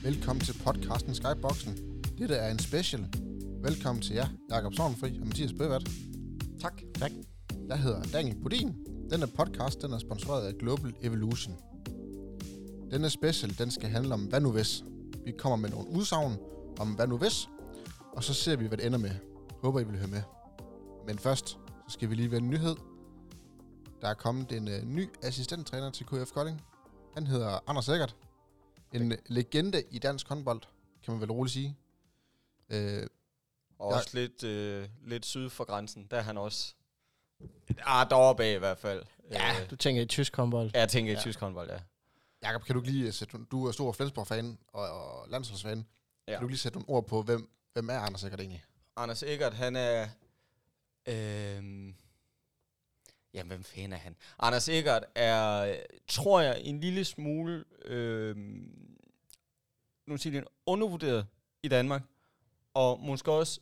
Velkommen til podcasten Skyboxen. Dette er en special. Velkommen til jer, Jakob Sorgenfri og Mathias Bøvat. Tak. Jeg hedder Daniel Bodin. Denne podcast den er sponsoreret af Global Evolution. Denne special den skal handle om hvad nu hvis. Vi kommer med nogle udsagn om hvad nu hvis, og så ser vi, hvad det ender med. Håber, I vil høre med. Men først, så skal vi lige ved en nyhed. Der er kommet en ny assistenttræner til KF Kolding. Han hedder Anders Eggert. En legende i dansk håndbold, kan man vel roligt sige. Og også lidt syd for grænsen. Der er han også. Deroppe af i hvert fald. Ja, du tænker i tysk håndbold. Ja, jeg tænker i tysk håndbold, ja. Jakob, kan du lige sætte, du er stor Flensborg-fan og landsholdsfan. Ja. Kan du lige sætte nogle ord på, hvem er Anders Eggert egentlig? Anders Eggert, han er... Jamen, hvem fanden er han? Anders Eggert er, tror jeg, en lille smule... nu siger det, undervurderet i Danmark. Og måske også...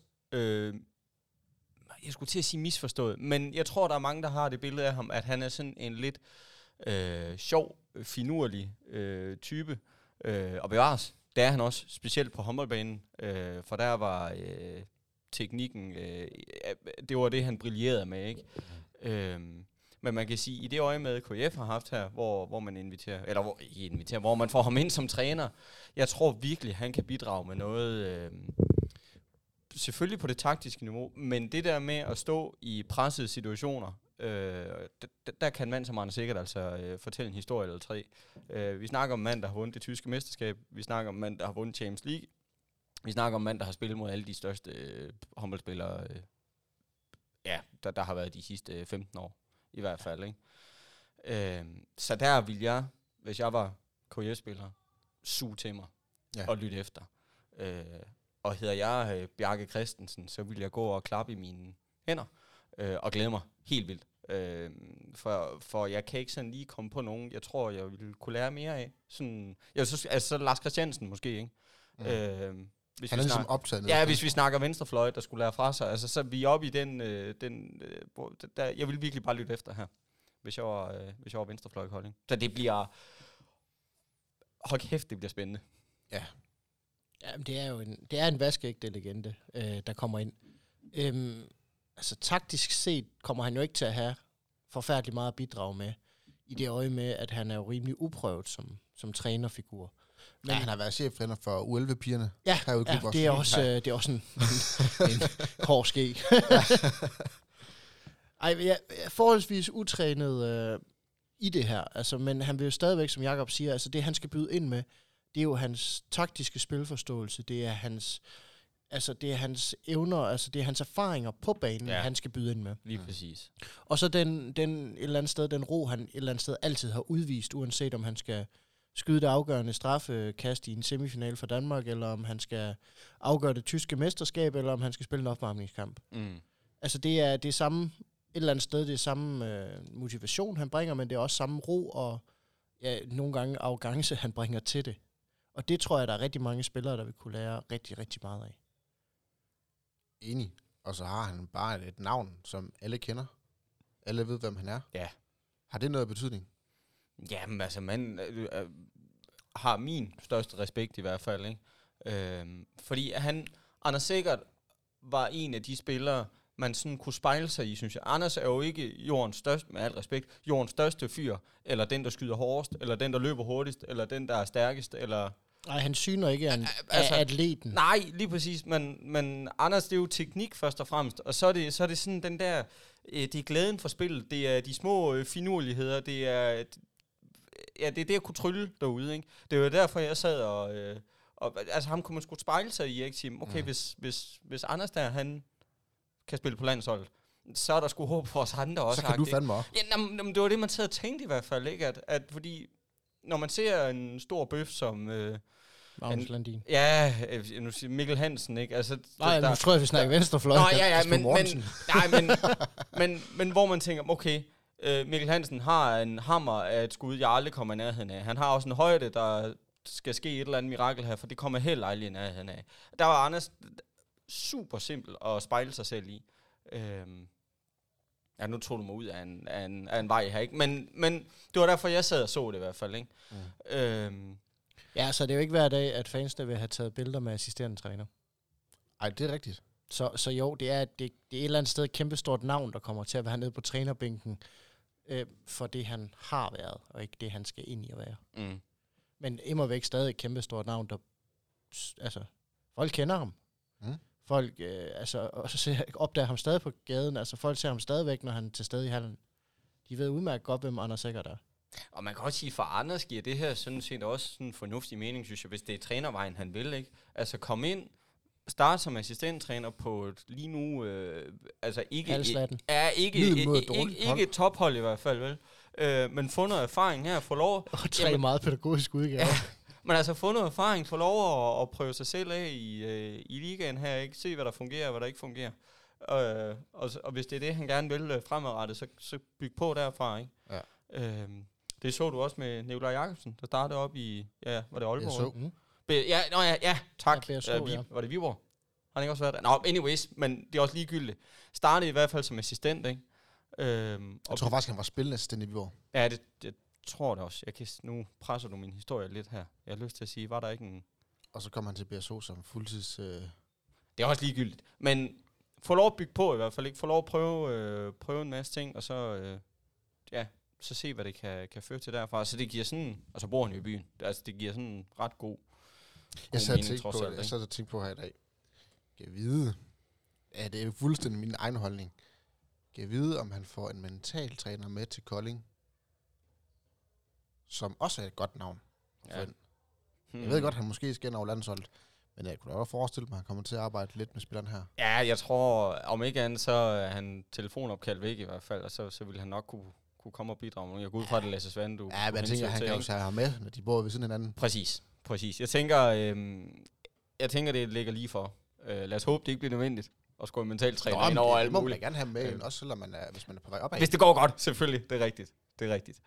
jeg skulle til at sige misforstået, men jeg tror, der er mange, der har det billede af ham, at han er sådan en lidt sjov, finurlig type. Og bevares, det er han også, specielt på håndboldbanen, for der var teknikken, det var det, han brillerede med, ikke? Men man kan sige, i det øje med KF har haft her, hvor man inviterer, eller hvor man får ham ind som træner, jeg tror virkelig, han kan bidrage med noget... selvfølgelig på det taktiske niveau, men det der med at stå i pressede situationer, der kan en mand som Anders Eggert altså fortælle en historie eller tre. Vi snakker om en mand, der har vundet det tyske mesterskab. Vi snakker om en mand, der har vundet Champions League. Vi snakker om en mand, der har spillet mod alle de største håndboldspillere, der har været de sidste 15 år, i hvert fald. Ikke? Så der vil jeg, hvis jeg var KF-spiller, suge til mig og lytte efter. Og hedder jeg Bjarke Christensen, så vil jeg gå og klappe i mine hænder og glæde mig helt vildt. For jeg kan ikke sådan lige komme på nogen, jeg tror, jeg ville kunne lære mere af. Sådan, så Lars Christiansen måske, ikke? Hvis han er ligesom optaget. Ja, hvis vi snakker venstrefløj, der skulle lære fra sig. Altså, så er vi oppe i den der, jeg vil virkelig bare lytte efter her, hvis jeg var venstrefløj i Kolding. Så det bliver... Hold kæft, det bliver spændende. Ja. Ja, det er en vaskeægte legende, der kommer ind. Altså taktisk set kommer han jo ikke til at have forfærdeligt meget at bidrage med, i det øje med, at han er jo rimelig uprøvet som trænerfigur. Men han har været cheftræner for U11-pigerne. Ja, det er også en hård ske. Ej, jeg er forholdsvis utrænet i det her, altså, men han vil jo stadigvæk, som Jakob siger, altså det han skal byde ind med, det er jo hans taktiske spilforståelse, det er hans evner, altså det er hans erfaringer på banen, han skal byde ind med. Lige præcis. Og så den et eller andet sted, den ro, han et eller andet sted altid har udvist, uanset om han skal skyde det afgørende straffekast i en semifinal for Danmark, eller om han skal afgøre det tyske mesterskab, eller om han skal spille en opvarmningskamp. Altså det er samme, et eller andet sted, det er samme motivation, han bringer, men det er også samme ro, og nogle gange arrogance, han bringer til det. Og det tror jeg, der er rigtig mange spillere, der vil kunne lære rigtig, rigtig meget af. Enig. Og så har han bare et navn, som alle kender. Alle ved, hvem han er. Ja. Har det noget betydning? Jamen, altså, man har min største respekt i hvert fald, ikke? Fordi Anders Eggert var en af de spillere, man sådan kunne spejle sig i, synes jeg. Anders er jo ikke jordens største, med al respekt, jordens største fyr, eller den, der skyder hårdest, eller den, der løber hurtigst, eller den, der er stærkest, eller... Nej, han syner ikke af atleten. Nej, lige præcis, men Anders, det er jo teknik først og fremmest, og så er det sådan den der, det er glæden for spillet, det er de små finurligheder, det er det at kunne trylle derude, ikke? Det er jo derfor, jeg sad og altså ham kunne man sgu spejle sig i, ikke? Sige, okay, hvis Anders der, han kan spille på landsholdet, så er der sgu håb for os andre også. Så kan du fandme op. Ja, jamen, det var det, man sad og tænkte i hvert fald, ikke? At fordi, når man ser en stor bøf som... Magnus Landin. Ja, nu siger Mikkel Hansen, ikke? Altså, nej, nu tror jeg, vi snakker venstrefløj. Nå, men hvor man tænker, okay, Mikkel Hansen har en hammer af et skud, jeg aldrig kommer i nærheden af. Han har også en højde, der skal ske et eller andet mirakel her, for det kommer heller aldrig i nærheden af. Der var Anders super simpel at spejle sig selv i. Ja, nu tog du mig ud af en vej her, ikke? Men det var derfor, jeg sad og så det i hvert fald, ikke? Ja, så det er jo ikke hver dag, at fansene vil have taget billeder med assisterende træner. Ej, det er rigtigt. Så jo, det er et eller andet sted et kæmpestort navn, der kommer til at være nede på trænerbænken, for det han har været, og ikke det han skal ind i at være. Mm. Men immervæk stadig et kæmpestort navn, der, altså, folk kender ham. Mm. Folk, og så opdager ham stadig på gaden, altså folk ser ham stadigvæk, når han er til stede i hallen. De ved udmærket godt, hvem Anders Sækker er. Og man kan også sige, for Anders giver det her sådan set også sådan en fornuftig mening, synes jeg, hvis det er trænervejen, han vil, ikke? Altså kom ind, starte som assistenttræner på lige nu, altså ikke et tophold i hvert fald, vel? Men få noget erfaring her, få lov... Og tre meget pædagogisk udgaver. Ja, men altså få noget erfaring, få lov at prøve sig selv af i ligaen her, ikke? Se, hvad der fungerer og hvad der ikke fungerer. Og hvis det er det, han gerne vil fremadrettet, så byg på derfra, ikke? Ja. Det så du også med Nikolaj Jakobsen, der startede op i, ja, var det Aalborg? Tak. Var det Viborg? Har han ikke også været der? Nå, anyways, men det er også ligegyldigt. Startede i hvert fald som assistent, ikke? Jeg tror faktisk, han var spillende assistent i Viborg. Ja, det tror jeg også. Nu presser du min historie lidt her. Jeg har lyst til at sige, var der ikke en... Og så kom han til BSO som fuldtids... Det er også ligegyldigt. Men få lov at bygge på i hvert fald, ikke? Få lov at prøve en masse ting, og så... så se, hvad det kan føre til derfra. Så det giver sådan... Og så bor han jo i byen. Altså, det giver sådan en ret god jeg sad og tænkte på her i dag. Kan jeg vide... Ja, det er jo fuldstændig min egen holdning. Kan jeg vide, om han får en mental træner med til Kolding, som også er et godt navn. Ja. Jeg ved godt, at han måske skal ind over landsholdet, men jeg kunne da også forestille mig, at han kommer til at arbejde lidt med spilleren her. Ja, jeg tror, om ikke andet, så er han telefonopkald væk i hvert fald, og så vil han nok kunne komme og bidrage. Jeg går ud fra, det Lasse Svane, du... Ja, men jeg tænker, han kan også have ham med, når de bor ved siden af hinanden. Præcis. Jeg tænker, det ligger lige for. Lad os håbe, det ikke bliver nødvendigt at skulle en mental træner ind over alt muligt. Må man gerne have med, også selvom hvis man er på vej opad. Hvis det går godt, selvfølgelig. Det er rigtigt.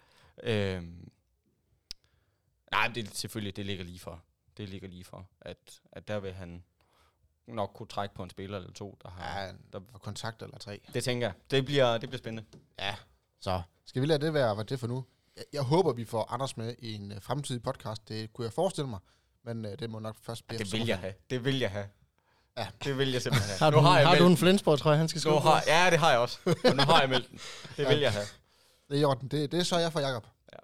Nej, det ligger lige for. Det ligger lige for, at der vil han nok kunne trække på en spiller eller to, der har kontakt eller 3. Det tænker jeg. Det bliver spændende. Ja, så skal vi lade det være det for nu. Jeg håber, vi får Anders med i en fremtidig podcast. Det kunne jeg forestille mig, men det må nok først blive... Det vil jeg have. Ja. Det vil jeg simpelthen have. Har du en Flensborg, tror jeg, han skal skrive på? Ja, det har jeg også. Og nu har jeg meldt den. Det vil jeg have. Det er i orden. Det sørger jeg for, Jakob. Ja.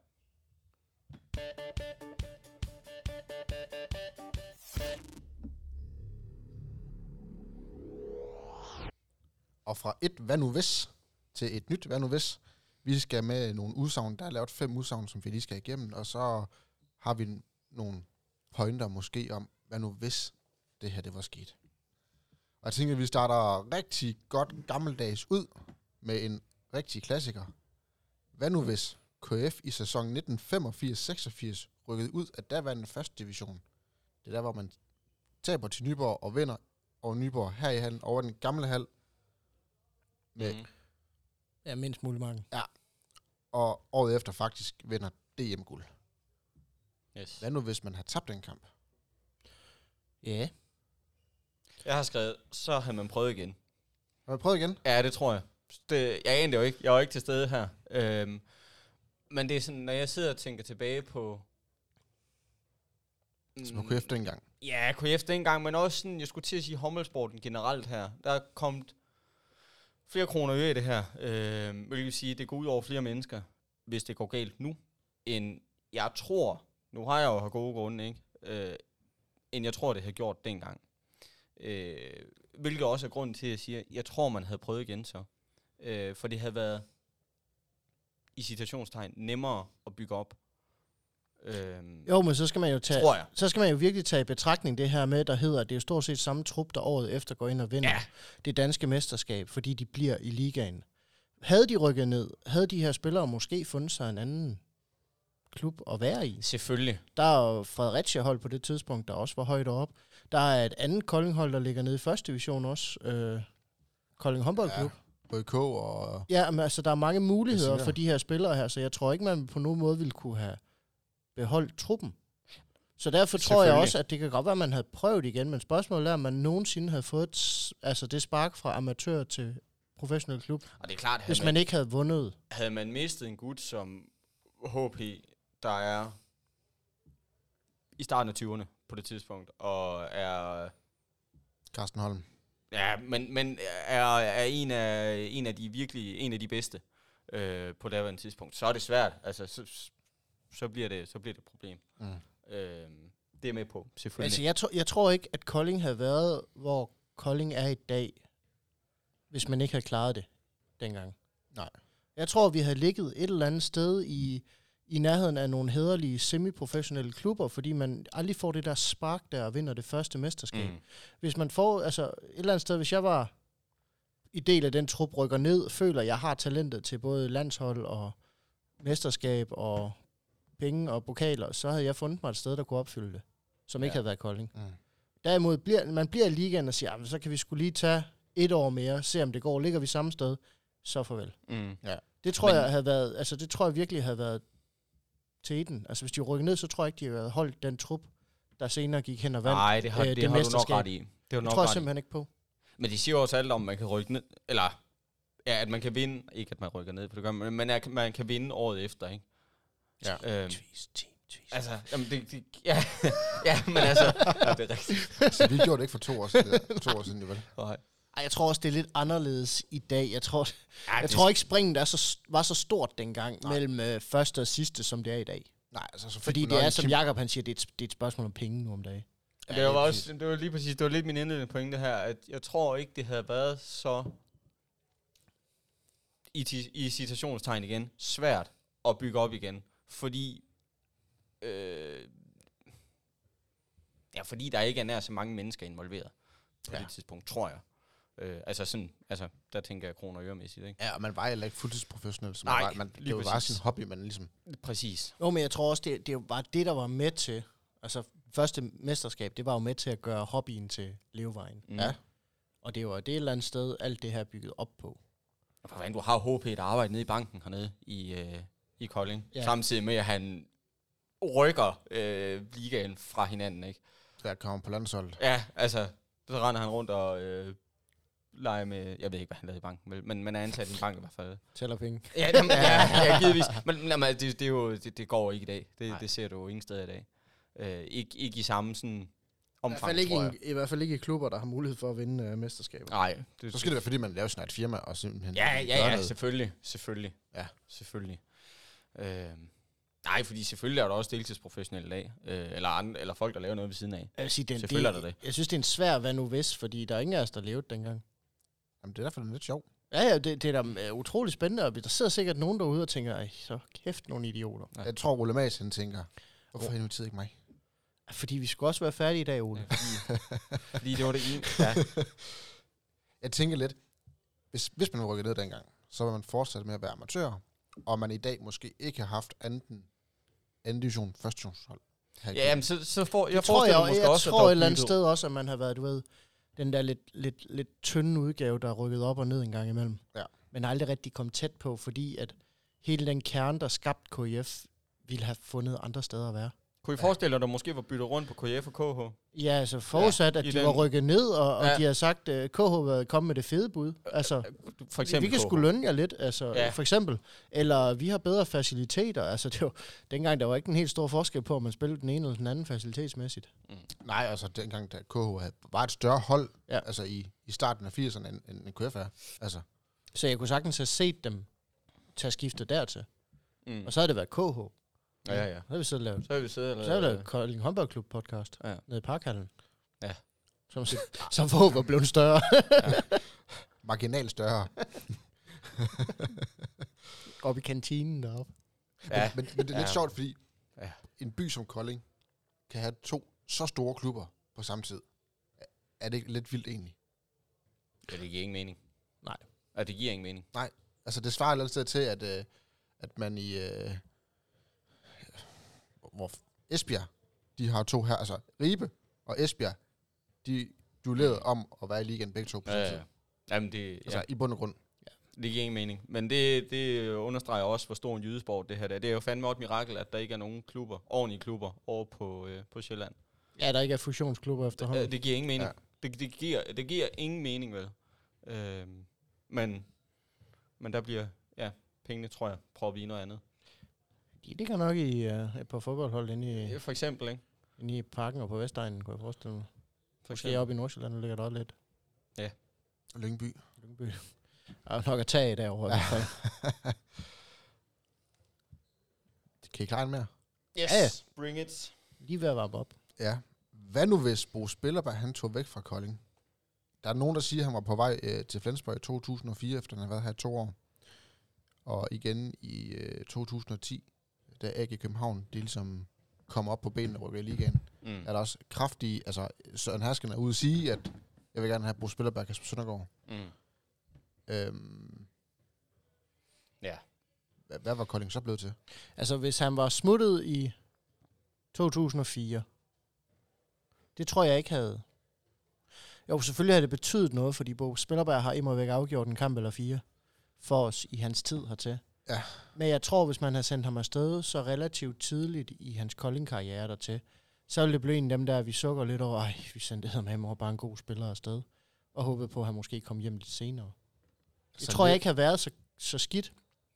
Og fra et hvad nu hvis til et nyt hvad nu hvis. Vi skal med nogle udsagn. Der er lavet 5 udsagn, som vi lige skal igennem, og så har vi nogle pointer måske om, hvad nu hvis det her det var sket. Og jeg tænker, at vi starter rigtig godt gammeldags ud med en rigtig klassiker. Hvad nu hvis KF i sæsonen 1985-86 rykkede ud af daværende første division? Det er der, hvor man taber til Nyborg og vinder over Nyborg her i hallen over den gamle hal. Med Ja, mindst muligt mange. Ja. Og året efter faktisk vinder DM-guld. Yes. Hvad nu, hvis man har tabt den kamp? Ja. Jeg har skrevet, så har man prøvet igen. Har man prøvet igen? Ja, det tror jeg. Jeg anede jo ikke. Jeg var ikke til stede her. Men det er sådan, når jeg sidder og tænker tilbage på... Som KF dengang. Ja, KF dengang, men også sådan, jeg skulle til at sige håndboldsporten generelt her. Der er kommet flere kroner i det her. Hvilket sige, det går ud over flere mennesker, hvis det går galt nu, end jeg tror, nu har jeg jo her gode grunde, ikke? End jeg tror, det havde gjort dengang. Hvilket også er grunden til, at jeg siger, jeg tror, man havde prøvet igen så. For det havde været, i citationstegn, nemmere at bygge op. Jo, men så skal man jo så skal man jo virkelig tage i betragtning det her med, der hedder, at det er jo stort set samme trup, der året efter går ind og vinder det danske mesterskab, fordi de bliver i ligaen. Havde de rykket ned, havde de her spillere måske fundet sig en anden klub at være i. Selvfølgelig. Der er jo Fredericia-hold på det tidspunkt, der også var højt op. Der er et andet Kolding-hold, der ligger nede i første division også. Kolding håndboldklub. Ja, BK og... Ja, men altså, der er mange muligheder for de her spillere her, så jeg tror ikke, man på nogen måde ville kunne have beholdt truppen. Så derfor tror jeg også, at det kan godt være, at man havde prøvet igen, men spørgsmålet er, om man nogensinde havde fået det spark fra amatør til professionel klub, og det er klart, hvis man ikke havde vundet. Havde man mistet en gut som HP, der er i starten af 20'erne på det tidspunkt, og er... Carsten Holm. Ja, men er en af de virkelig en af de bedste på det tidspunkt. Så er det svært. Altså så bliver det et problem. Det er med på, selvfølgelig. Altså jeg tror ikke, at Kolding havde været, hvor Kolding er i dag, hvis man ikke havde klaret det dengang. Nej. Jeg tror, vi havde ligget et eller andet sted i nærheden af nogle hæderlige semiprofessionelle klubber, fordi man aldrig får det der spark der og vinder det første mesterskab. Hvis man får, altså et eller andet sted, hvis jeg var i del af den trup, rykker ned, føler, jeg har talentet til både landshold og mesterskab og penge og pokaler, så havde jeg fundet mig et sted, der kunne opfylde det, som ikke havde været Kolding. Derimod bliver i ligaen og siger, så kan vi skulle lige tage 1 år mere, se om det går. Ligger vi samme sted, så farvel. Ja. Det tror jeg havde været, altså det tror jeg virkelig havde været til den. Altså hvis de rykker ned, så tror jeg ikke, de havde holdt den trup, der senere gik hen og vandt. Nej, det har du nok ret i. Det tror jeg simpelthen ikke på. Men de siger også alt om, at man kan rykke ned, eller ja, at man kan vinde, ikke at man rykker ned, for det gør man, men at man kan vinde året efter, ikke? Ja. Altså, jamen ja, men altså, ja, det er rigtigt. Så vi gjorde det ikke for 2 år siden, 2 år siden, jo vel? Nej. Ej, jeg tror også, det er lidt anderledes i dag. Jeg tror ikke, springet var så stort dengang mellem første og sidste, som det er i dag. Nej, altså så fordi det er, som Jakob han siger, det er et spørgsmål om penge nu om dagen. Ja, det var lige præcis, det var lidt min indledende pointe her, at jeg tror ikke, det havde været så, i citationstegn igen, svært at bygge op igen. Fordi, fordi der ikke er nær så mange mennesker involveret på det tidspunkt, tror jeg. Der tænker jeg kroner og øremæssigt, ikke? Ja, og man var heller ikke fuldtidsprofessionel, så det var bare sin hobby, man ligesom... Præcis. Jo, men jeg tror også, det var det, der var med til, altså første mesterskab, det var jo med til at gøre hobbyen til levevejen. Ja. Og det var det et eller andet sted, alt det her bygget op på. Og for du har HP, der arbejder nede i banken hernede i Kolding, samtidig med, at han rykker ligaen fra hinanden, ikke? Der kommer på landsholdet. Ja, altså, så render han rundt og leger med, jeg ved ikke, hvad han lavede i banken, men er ansat i en bank i hvert fald. Tæller penge. Ja, givetvis. Men det er jo, det går ikke i dag. Det ser du jo ingen steder i dag. Ikke i samme sådan omfang, I hvert fald ikke i klubber, der har mulighed for at vinde mesterskaber. Nej. Så skal det være, fordi man laver sådan et firma og simpelthen... Ja, selvfølgelig. Ja. Selvfølgelig. Nej, fordi selvfølgelig er der også deltidsprofessionelle i dag, eller folk, der laver noget ved siden af. Selvfølgelig er der det. Jeg synes, det er en svær hvad nu hvis, fordi der er ingen af os, der levede dengang. Jamen, det er derfor lidt sjovt. Ja, det er da utrolig spændende, og der sidder sikkert nogen derude og tænker, ej, så kæft nogle idioter. Ja. Jeg tror, Ole Mads, han tænker, hvorfor inviterer ikke mig? Fordi vi skulle også være færdige i dag, Ole. Ja, fordi det var det ene. Ja. Jeg tænker lidt, hvis man rykker ned dengang, så vil man fortsætte med at være amatør, og man i dag måske ikke har haft anden division, første divisionshold. Ja, jamen, så får jeg tror et eller andet sted også, at man har været, du ved, den der lidt tynde udgave, der er rykket op og ned en gang imellem. Ja. Men aldrig rigtig kom tæt på, fordi at hele den kerne, der skabte KIF, ville have fundet andre steder at være. Kunne I forestille dig, at der måske var byttet rundt på KIF og KH? Ja, altså forudsat, at de var rykket ned, og de har sagt, at KH var kommet med det fede bud. Altså, for eksempel vi kan sgu lønne jer lidt, altså, for eksempel. Eller vi har bedre faciliteter. Altså, det var, dengang der var ikke en helt stor forskel på, om man spillede den ene eller den anden facilitetsmæssigt. Nej, altså dengang, da KH var et større hold, altså i starten af 80'erne, end KF er. Altså. Så jeg kunne sagtens have set dem tage skiftet dertil. Og så havde det været KH. Ja. Så har vi så lavet. Så har vi lavet Kolding Håndboldklub podcast nede i Parkhallen. Ja. Som forhåbentlig var blevet større. Marginalt større. Op i kantinen deroppe. Ja. Men det er lidt sjovt, fordi en by som Kolding kan have 2 så store klubber på samme tid. Er det ikke lidt vildt egentlig? Ja, det giver ingen mening. Nej. Ja, det giver ingen mening. Nej. Altså det svarer et eller andet sted til, at man i... hvor Esbjerg, de har 2 her, altså Ribe og Esbjerg, de duellerede om at være i ligaen begge 2 på samme tid. Jamen det... Altså i bund og grund. Ja. Det giver ingen mening. Men det understreger også, hvor stor en jydesport det her er. Det er jo fandme et mirakel, at der ikke er nogen ordentlige klubber over på Sjælland. Ja, der ikke er fusionsklubber efterhånden. Det giver ingen mening. Ja. Det giver ingen mening, vel? Men der bliver, pengene, tror jeg, prøver vi noget andet. De ligger nok i et par fodboldhold inde i... For eksempel, ikke? Inde i parken og på Vestegnen, kunne jeg forestille mig. For Måske eksempel. oppe i Nordsjælland ligger der også lidt. Lyngby. Lyngby. Der er nok at tage derovre i hvert fald. Kan I klare en mere? Yes, Ja. bring it. Lige ved at varme op. Ja. Hvad nu hvis Bo Spillerberg, han tog væk fra Kolding? Der er nogen, der siger, at han var på vej til Flensborg i 2004, efter han havde været her i 2 år. Og igen i 2010, da AG København, de ligesom kom op på benene og rykkede i ligaen. Er der også kraftige, altså Søren Hasken er ude at sige, at jeg vil gerne have Bo Spillerberg og Kasper Søndergaard. Ja. Hvad var Kolding så blevet til? Altså, hvis han var smuttet i 2004, det tror jeg ikke havde. Jo, selvfølgelig havde det betydet noget, fordi Bo Spillerberg har imod væk afgjort en kamp eller 4 for os i hans tid hertil. Ja. Men jeg tror, hvis man havde sendt ham afsted så relativt tidligt i hans Kolding-karriere dertil, så ville det blive en af dem der, vi sukker lidt over, vi sendte ham hjem og bare en god spiller afsted, og håbede på, at han måske kom hjem lidt senere. Det tror jeg ikke har været så skidt.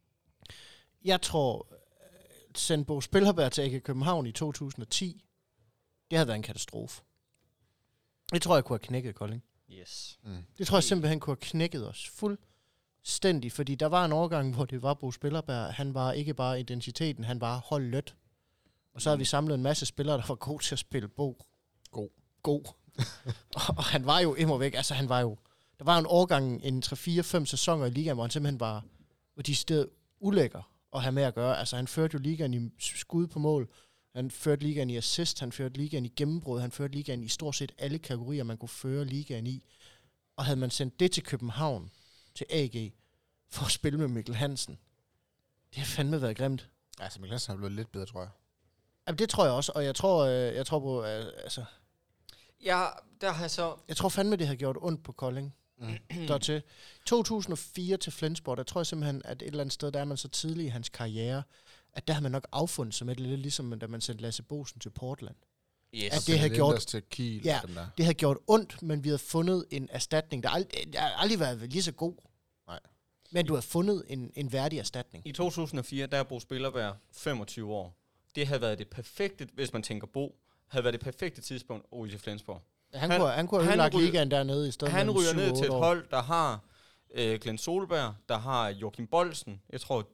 Jeg tror, sende Bo Spillerberg til AG København i 2010, det havde været en katastrofe. Det tror jeg kunne have knækket Kolding. Yes. Det tror jeg simpelthen kunne have knækket os fuldstændig, fordi der var en overgang, hvor det var Bo Spillerberg. Han var ikke bare identiteten, han var hold lødt. Og så har vi samlet en masse spillere, der var gode til at spille Bo. God. Og han var jo immer væk. Altså, han var jo... Der var en årgang, en 3-4-5 sæsoner i ligaen, hvor han simpelthen var... Hvor de steder ulækker at have med at gøre. Altså, han førte jo ligaen i skud på mål. Han førte ligaen i assist. Han førte ligaen i gennembrud. Han førte ligaen i stort set alle kategorier, man kunne føre ligaen i. Og havde man sendt det til København, til AG, for at spille med Mikkel Hansen, det har fandme været grimt. Altså, Mikkel Hansen er blevet lidt bedre, tror jeg. Jamen, det tror jeg også, og jeg tror på, altså... Ja, der har så... Jeg tror fandme, det har gjort ondt på Kolding. Dertil. 2004 til Flensborg, der tror jeg simpelthen, at et eller andet sted, der er man så tidlig i hans karriere, at der har man nok affundet sig med det lidt, ligesom da man sendte Lasse Bosen til Portland. Yes. At det har gjort... til Kiel, Ja, den der. det har gjort ondt, men vi har fundet en erstatning, der har aldrig været lige så god. Nej. Men du har fundet en værdig erstatning. I 2004, der er Bo Spillerberg 25 år. Det havde været det perfekte, hvis man tænker Bo, havde været det perfekte tidspunkt at ryge til Flensborg. Han kunne have ødelagt ligaen dernede i stedet. Han ryger ned til et år. hold, der har Glenn Solberg, der har Joachim Bolsen. Jeg tror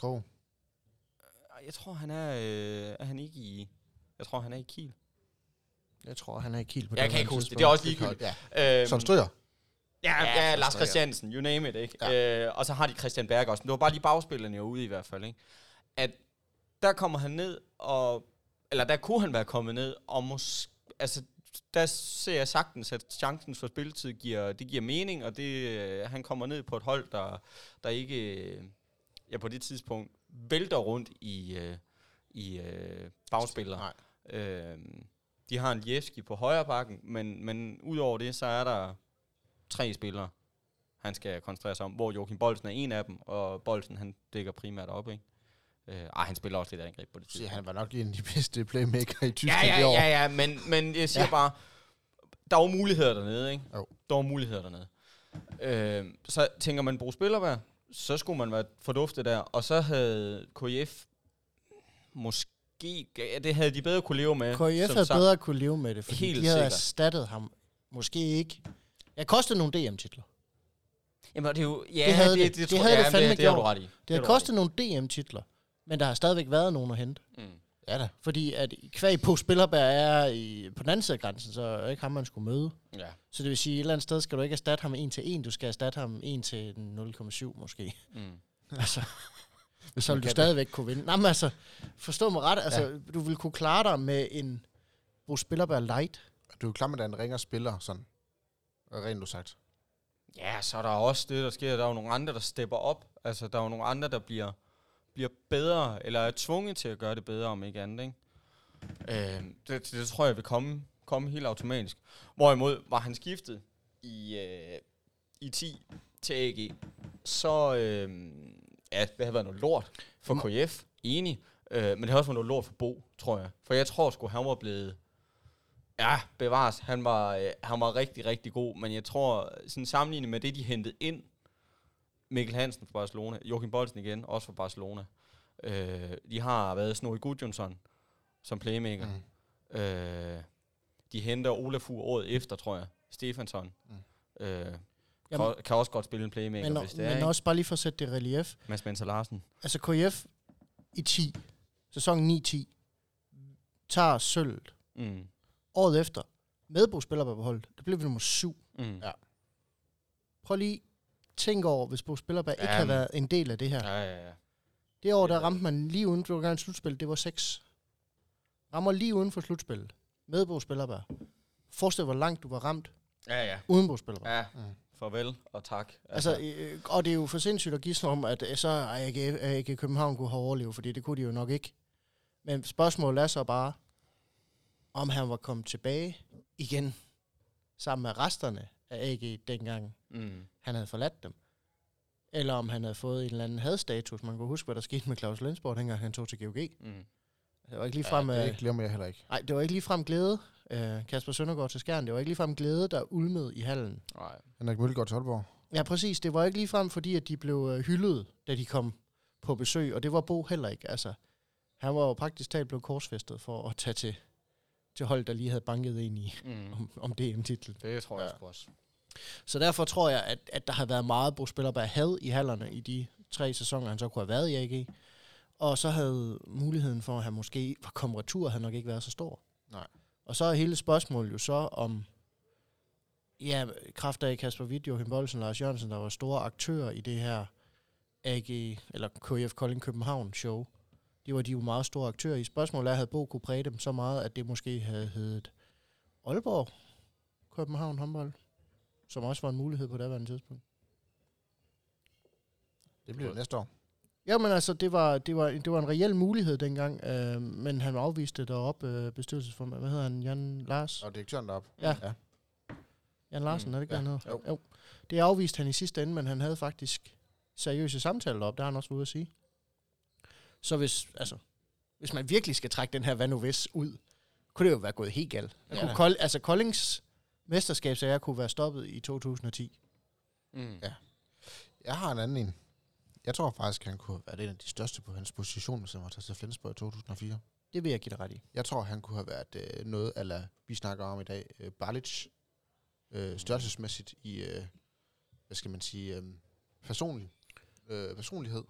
han er han ikke i... Jeg tror han er i Kiel. Jeg tror, han er i Kiel på Jeg kan ikke huske det. Det er også ligegyldigt. Ja. Som stryger. Ja, Lars Christiansen, you name it, ikke? Ja. Og så har de Christian Berg også. Det var bare lige bagspillerne jo ude i hvert fald, ikke? At der kommer han ned, eller der kunne han være kommet ned, og altså, der ser jeg sagtens, at chancen for spilletid giver mening, og han kommer ned på et hold, der ikke på det tidspunkt vælter rundt i bagspillere. De har en Lievski på højre bakken, men udover det, så er der 3 spillere, han skal koncentrere sig om, hvor Joachim Bolsen er en af dem, og Bolsen, han dækker primært op, ikke? Han spiller også lidt angreb på det tidspunkt. Han var nok lige en af de bedste playmaker i Tyskland i år. Ja, men jeg siger bare, der var muligheder dernede, ikke? Jo. Der var muligheder dernede. Så tænker man Bo Spillerberg, så skulle man være forduftet der, og så havde KIF måske, det havde de bedre kunne leve med. KIF havde bedre kunne leve med det, fordi helt de havde sikkert erstattet ham. Måske ikke. Jeg kostede nogle DM-titler. Jamen det er jo, det havde det fandme det har du ret i. Det har kostet nogle DM-titler, men der har stadigvæk været nogen at hente. Ja da. Fordi at kvæg på Spillerberg er på den anden side af grænsen, så er ikke ham, man skulle møde. Ja. Så det vil sige, at et eller andet sted skal du ikke erstatte ham 1-1, du skal erstatte ham 1-0,7 måske. Altså, så vil du stadigvæk kunne vinde. Nej, men altså, forstå mig ret, altså, du vil kunne klare dig med en Bo Spillerberg light. Du er klar med, at en ringer spiller, sådan, rent sagt. Ja, så er der også det, der sker. Der er jo nogle andre, der stepper op. Altså, der er jo nogle andre, der bliver bedre, eller er tvunget til at gøre det bedre, om ikke andet, ikke? Det tror jeg vil komme helt automatisk. Hvorimod var han skiftet i 10 til AG, så det havde været noget lort for KF, enig. Men det har også været noget lort for Bo, tror jeg. For jeg tror sgu, han var blevet... Ja, bevares. Han var rigtig, rigtig god, men jeg tror, sådan sammenlignet med det, de hentede ind, Mikkel Hansen fra Barcelona, Joachim Bolsen igen, også fra Barcelona. De har været Snorri Gudjonsson som playmaker. De henter Olafur året efter, tror jeg. Stefansson. Kan også godt spille en playmaker, hvis det er. Men også bare lige for at sætte det relief. Mads Menser Larsen. Altså KF i 10, sæsonen 9-10, tager sølvet. Året efter, med Bo Spillerberg på holdet, der blev vi nummer 7. Ja. Prøv lige tænke over, hvis Bo Spillerberg ikke havde været en del af det her. Ja. Det år, der ramte man lige uden for et slutspil, det var 6. Rammer lige uden for slutspillet, med Bo Spillerberg. Forestil hvor langt du var ramt, uden Bo Spillerberg. Ja, farvel og tak. Altså, og det er jo for sindssygt at give sådan om, at så er ikke København kunne have overlevet, fordi det kunne de jo nok ikke. Men spørgsmålet er så bare, om han var kommet tilbage igen, sammen med resterne af AG dengang, han havde forladt dem. Eller om han havde fået en eller anden hadstatus. Man kunne huske, hvad der skete med Claus Lensborg, dengang han tog til GOG. Det var ikke ligefrem... det glemmer jeg heller ikke. Nej, det var ikke ligefrem glæde. Kasper Søndergaard til Skjern. Det var ikke ligefrem glæde, der ulmede i hallen. Nej. Henrik Mølgaard til Aalborg. Ja, præcis. Det var ikke ligefrem, fordi at de blev hyldet, da de kom på besøg. Og det var Bo heller ikke. Altså, han var jo praktisk talt blevet korsfæstet for at tage til hold, der lige havde banket ind i om DM-titlen. Det tror jeg også. Så derfor tror jeg, at der har været meget Bo Spillerberg had i hallerne i de 3 sæsoner, han så kunne have været i AG. Og så havde muligheden for, at han måske var kommet retur, havde nok ikke været så stor. Nej. Og så er hele spørgsmålet jo så om, kraft af Kasper Witt, Joachim Boldsen, Lars Jørgensen, der var store aktører i det her AG, eller KF Kolding København show. Det var de jo meget store aktører i. Spørgsmålet er, havde Bo kunne præge dem så meget, at det måske havde heddet Aalborg København håndbold, som også var en mulighed på daværende tidspunkt. Det bliver det næste år. Ja, men altså, det var en reel mulighed dengang, men han afviste deroppe bestyrelsesformand. Hvad hedder han? Jan Lars? Og direktøren deroppe. Ja. Jan Larsen, er det ikke han hedder? Jo. Det afviste han i sidste ende, men han havde faktisk seriøse samtaler deroppe, der har han også været ude at sige. Så hvis man virkelig skal trække den her hvad nu hvis ud, kunne det jo være gået helt galt. Koldings mesterskabssager kunne være stoppet i 2010. Ja. Jeg har en anden en. Jeg tror faktisk, han kunne have været en af de største på hans position, hvis han var taget til Flensborg i 2004. Det vil jeg give dig ret i. Jeg tror, han kunne have været noget, eller vi snakker om i dag, Balic, størrelsesmæssigt i, hvad skal man sige, personlighed.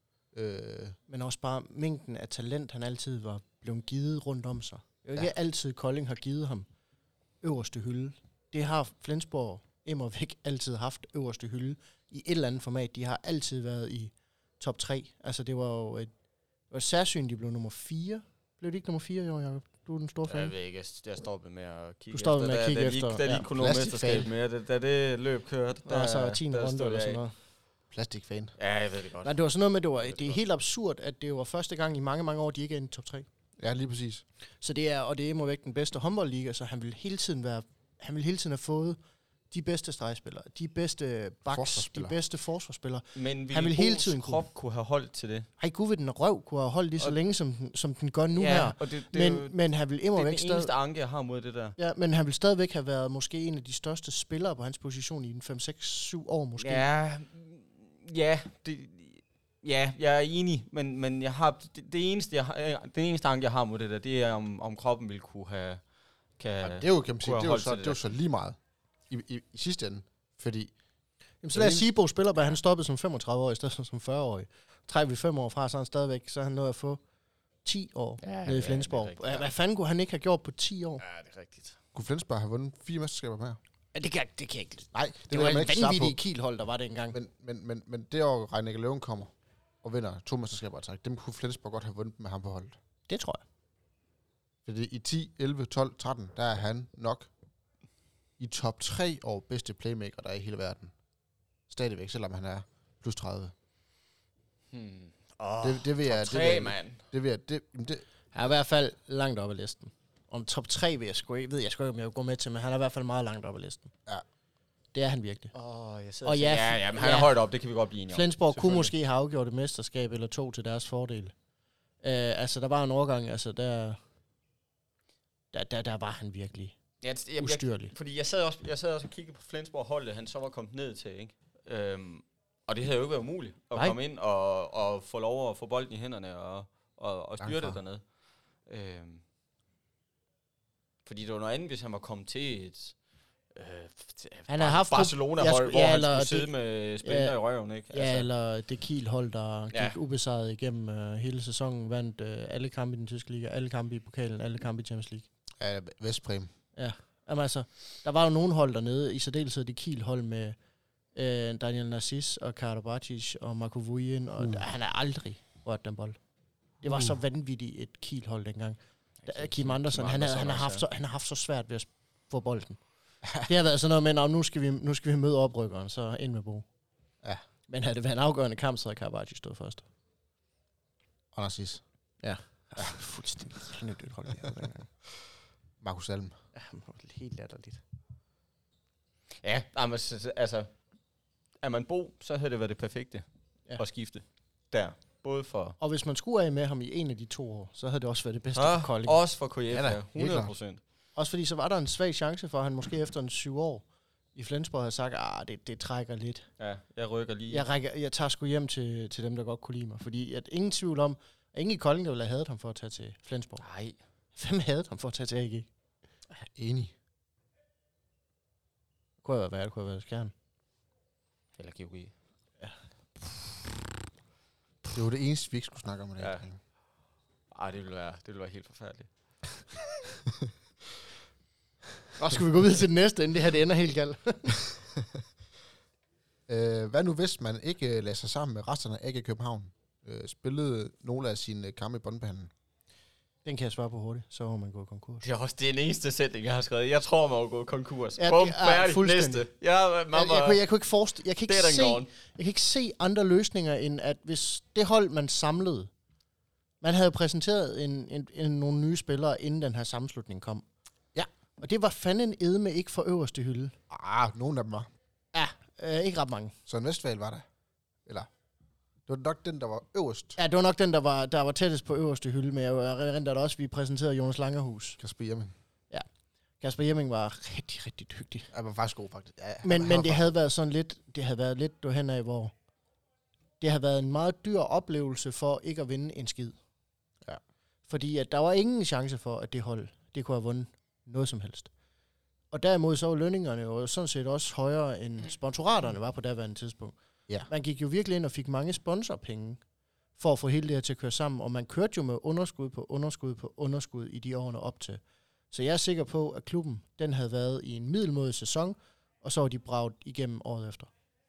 Men også bare mængden af talent, han altid var blevet givet rundt om sig. Det er jo ikke altid, Kolding har givet ham øverste hylde. Det har Flensborg immervæk altid haft øverste hylde i et eller andet format. De har altid været i top 3. Altså det var jo et særsyn, de blev nummer 4. Blev det ikke nummer 4 i år, Jacob? Du er den store fan. Jeg ved ikke, jeg stoppede med at kigge efter. Du stoppede med at kigge efter. Da de ikke kunne nå mesterskab mere, da det løb kørt. Der så 10. runde eller sådan noget. Plastikfan. Ja, jeg ved det godt. Nej, det var sådan noget med, det er helt absurd, at det var første gang i mange, mange år, de ikke er i top 3. Ja, lige præcis. Så det er immervæk den bedste håndboldliga, så han vil hele tiden have fået de bedste stregspillere, de bedste backs, de bedste forsvarsspillere. Men han vil hele tiden krop kunne have holdt til det? Ej, gud ved den røv kunne have holdt lige så længe, som den gør nu her. Og men han vil immervæk det er den eneste anke, jeg har mod det der. Ja, men han vil stadigvæk have været måske en af de største spillere på hans position i en 5, 6, 7 år måske. Ja, jeg er enig, men jeg har det eneste anke, jeg har mod det der, det er om kroppen vil kunne have det er jo, kan man sige, det er jo så lige meget i sidste ende, fordi... Jamen, så lad os sige, Bo Spillerberg, han stoppede som 35 år i stedet som 40-årig. Trækker vi 5 år fra, så er han stadigvæk, så er han nået at få 10 år nede i Flensborg. Hvad fanden kunne han ikke have gjort på 10 år? Ja, det er rigtigt. Kunne Flensborg have vundet 4 mesterskaber mere? Ja, det kan jeg ikke. Nej, det var en vanvittig Kiel-hold, der var det engang. Men det år, Reinecker Løven kommer og vinder 2 mesterskaber i træk, dem kunne Flensborg godt have vundet med ham på holdet. Det tror jeg. Fordi i 10, 11, 12, 13, der er han nok i top 3 over bedste playmaker, der er i hele verden. Stadigvæk, selvom han er plus 30. Det vil jeg... Top 3, mand. Han er i hvert fald langt oppe af listen. Om top 3 ved jeg sgu ikke, om jeg vil gå med til, men han er i hvert fald meget langt oppe af listen. Ja. Det er han virkelig. Men han er højt op, det kan vi godt blive enige om. Flensborg kunne måske have afgjort et mesterskab eller 2 til deres fordel. Der var en overgang, der var han virkelig ustyrlig. Fordi jeg sad også og kiggede på Flensborg-holdet, han så var kommet ned til, ikke? Og det havde jo ikke været umuligt at komme ind og få lov at få bolden i hænderne og styre det dernede. Fordi det var noget andet, hvis han var kommet til et Han har haft Barcelona-hold, hvor han skulle sidde med spænder i røven, ikke? Ja, altså. Eller det Kiel-hold, der gik ubesejret igennem hele sæsonen, vandt alle kampe i den tyske liga, alle kampe i pokalen, alle kampe i Champions League. Ja, Vestbrem. Ja, jamen altså, der var jo nogle hold dernede, i særdeleshed det Kiel-hold med Daniel Narcis og Karabatic og Marco Vujen, og han har aldrig rørt den bold. Det var så vanvittigt et Kiel-hold dengang. Kim Andersen, han har haft så svært ved at få bolden. Det har været sådan noget med, nu skal vi møde oprykkeren, så ind med Bo. Ja. Men havde det været en afgørende kamp, så havde Karabatic stået først. Og Narcis. Ja. Fuldstændig knædødt hold. Markus Salm. Ja, helt latterligt. Ja, altså, er man Bo, så havde det været det perfekte at skifte der. Både for... Og hvis man skulle af med ham i en af de 2 år, så havde det også været det bedste for Kolding. Også for KF, ja, 100%. Også fordi så var der en svag chance for, at han måske efter en 7 år i Flensborg havde sagt, det trækker lidt. Ja, jeg rykker lige. Jeg tager sgu hjem til dem, der godt kunne lide mig. Fordi at ingen tvivl om, at ingen i Kolding, der ville have hadet ham for at tage til Flensborg. Nej. Hvem havde ham for at tage til AG? Enig. Kunne have været Skjern. Eller GOG. Ja. Det var det eneste, vi ikke skulle snakke om det. Ja. Ej, det ville være helt forfærdeligt. Og skulle vi gå videre til det næste, inden det her det ender helt galt? Hvad nu hvis man ikke lader sig sammen med resterne af AG København? Spillede nogle af sine kampe i båndbehandling? Den kan jeg svare på hurtigt, så var man gået konkurs. Det er også den eneste sætning, jeg har skrevet. Jeg tror, man var gået konkurs. Ja, Bum, færdig, næste. Jeg kan ikke se andre løsninger, end at hvis det hold, man samlede, man havde præsenteret nogle nye spillere, inden den her sammenslutning kom. Ja. Og det var fanden edme ikke for øverste hylde. Nogle af dem var. Ja, ikke ret mange. Så en Vestval var der? Eller? Det var nok den, der var øverst. Ja, det var nok den, der var tættest på øverste hylde, men jeg render også, vi præsenterede Jonas Langerhus. Kasper Jemming. Ja. Kasper Jemming var rigtig, rigtig dygtig. Han var faktisk god, faktisk. Ja, men det havde været sådan lidt, derhen af, hvor det havde været en meget dyr oplevelse for ikke at vinde en skid. Ja. Fordi at der var ingen chance for, at det hold, det kunne have vundet noget som helst. Og derimod så var lønningerne jo sådan set også højere, end sponsoraterne var på daværende tidspunkt. Ja. Man gik jo virkelig ind og fik mange sponsorpenge for at få hele det her til at køre sammen, og man kørte jo med underskud på underskud på underskud i de årene op til. Så jeg er sikker på, at klubben, den havde været i en middelmådig sæson, og så var de braget igennem året efter.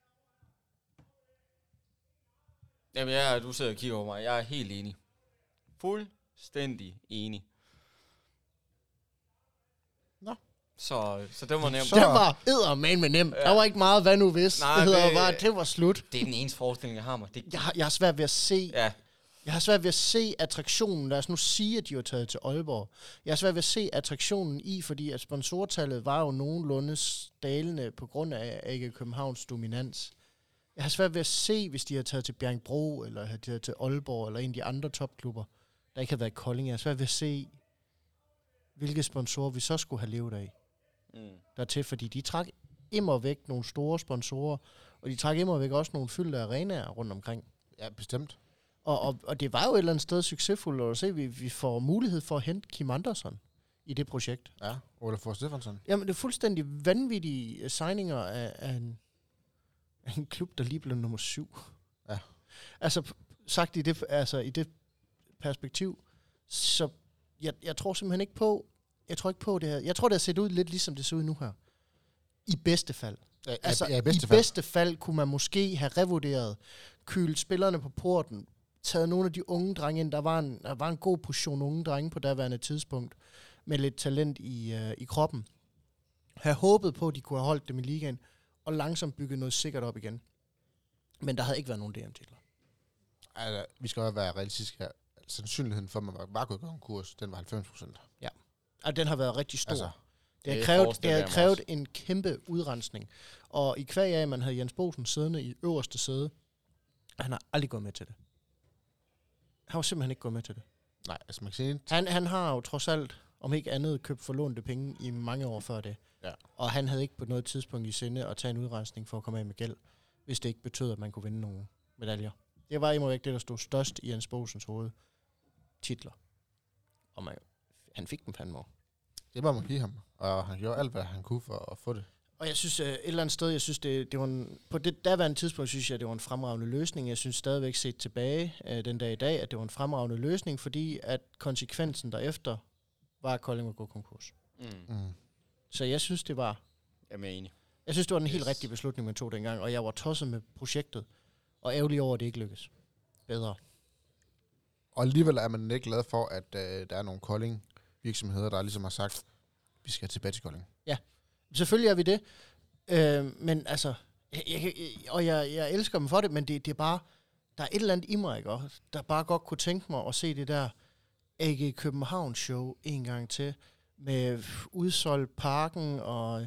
Jamen, du sidder og kigger over mig. Jeg er helt enig. Fuldstændig enig. Nå. Så det var nemt. Det var eddermand med nemt. Ja. Der var ikke meget, hvad nu hvis. Nej, det var slut. Det er den eneste forestilling, jeg har mig. Jeg har svært ved at se... Ja. Jeg har svært ved at se attraktionen. Lad os nu sige, at de var taget til Aalborg. Jeg har svært ved at se attraktionen i, fordi at sponsortallet var jo nogenlunde dalende på grund af AG Københavns dominans. Jeg har svært ved at se, hvis de har taget til Bjerringbro, eller har taget til Aalborg, eller en af de andre topklubber, der ikke har været i Kolding. Jeg har svært ved at se, hvilke sponsorer vi så skulle have levet af. Dertil, fordi de trak immer væk nogle store sponsorer, og de trak immer væk også nogle fyldte arenaer rundt omkring. Ja, bestemt. Og det var jo et eller andet sted succesfuldt at se, at vi får mulighed for at hente Kim Andersen i det projekt. Ja, Ole Fogh Stefansson. Jamen, det er fuldstændig vanvittige signinger af en klub, der lige blev nummer 7. Ja. Altså, sagt i det perspektiv, så jeg tror simpelthen ikke på, jeg tror det her. Jeg tror, det har set ud lidt ligesom det ser ud nu her. I bedste fald. Ja, i bedste fald kunne man måske have revurderet, kylet spillerne på porten, taget nogle af de unge drenge ind. Der var en god portion unge drenge på daværende tidspunkt, med lidt talent i kroppen. Have håbet på, at de kunne have holdt dem i ligaen, og langsomt bygget noget sikkert op igen. Men der havde ikke været nogen DM-titler. Altså, vi skal jo være realistiske her. Sandsynligheden for, at man var gået konkurs, den var 90%. Ja, og den har været rigtig stor. Altså, det har krævet en kæmpe udrensning. Og i kvæg af, at man havde Jens Bosen siddende i øverste sæde, han har aldrig gået med til det. Han var simpelthen ikke gået med til det. Nej, altså man kan sige... Han har jo trods alt, om ikke andet, købt forlånte penge i mange år før det. Ja. Og han havde ikke på noget tidspunkt i sinde at tage en udrensning for at komme af med gæld, hvis det ikke betød, at man kunne vinde nogle medaljer. Det var imod ikke det, der stod størst i Jens Bosens hoved. Titler. Og han fik dem fandme over. Det må man give ham. Og han gjorde alt, hvad han kunne for at få det. Og jeg synes, et eller andet sted, jeg synes, det var på det daværende tidspunkt, synes jeg, det var en fremragende løsning. Jeg synes stadigvæk set tilbage den dag i dag, at det var en fremragende løsning, fordi at konsekvensen derefter var, at Kolding var gået konkurs. Så jeg synes, det var... Jeg er enig. Jeg synes, det var den helt rigtige beslutning, man tog dengang, og jeg var tosset med projektet, og ærgerlig over, at det ikke lykkedes. Bedre. Og alligevel er man ikke glad for, at der er nogle Kolding-virksomheder, der ligesom har sagt, vi skal tilbage til Kolding. Ja, selvfølgelig er vi det. Men altså, jeg elsker dem for det, men det er bare, der er et eller andet i mig, ikke? Der bare godt kunne tænke mig at se det der AG København show en gang til, med udsolgt parken og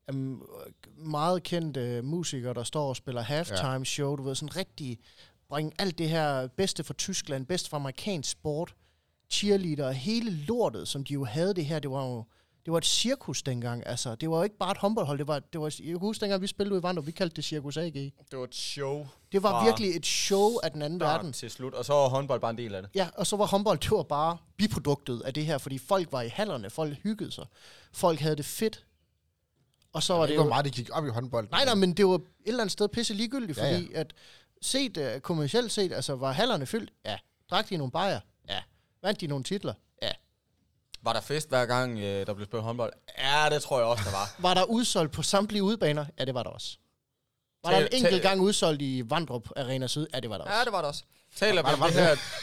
meget kendte musikere, der står og spiller halftime show, du ved, sådan rigtig bringe alt det her bedste fra Tyskland, bedste fra amerikansk sport, cheerleader, hele lortet, som de jo havde det her, det var et cirkus dengang, altså. Det var jo ikke bare et håndboldhold, det var jeg kan huske dengang, vi spillede ud i Vandrup, vi kaldte det Cirkus AG. Det var et show. Det var virkelig et show af den anden verden. Til slut, og så var håndbold bare en del af det. Ja, og så var håndbold, det var bare biproduktet af det her, fordi folk var i hallerne, folk hyggede sig, folk havde det fedt. Og så var det ikke, hvor meget de gik op i håndbold. Nej, men det var et eller andet sted pisse ligegyldigt, fordi at set, kommercielt set, altså var hallerne fyldt? Ja. Drak de nogle bajer? Ja. Vandt de nogle titler? Ja. Var der fest hver gang, der blev spillet håndbold? Ja, det tror jeg også, der var. Var der udsolgt på samtlige udebaner? Ja, det var der også. Var der en enkelt gang udsolgt i Vandrup Arena Syd? Ja, det var der også. Ja, det var der også. Taler vi om det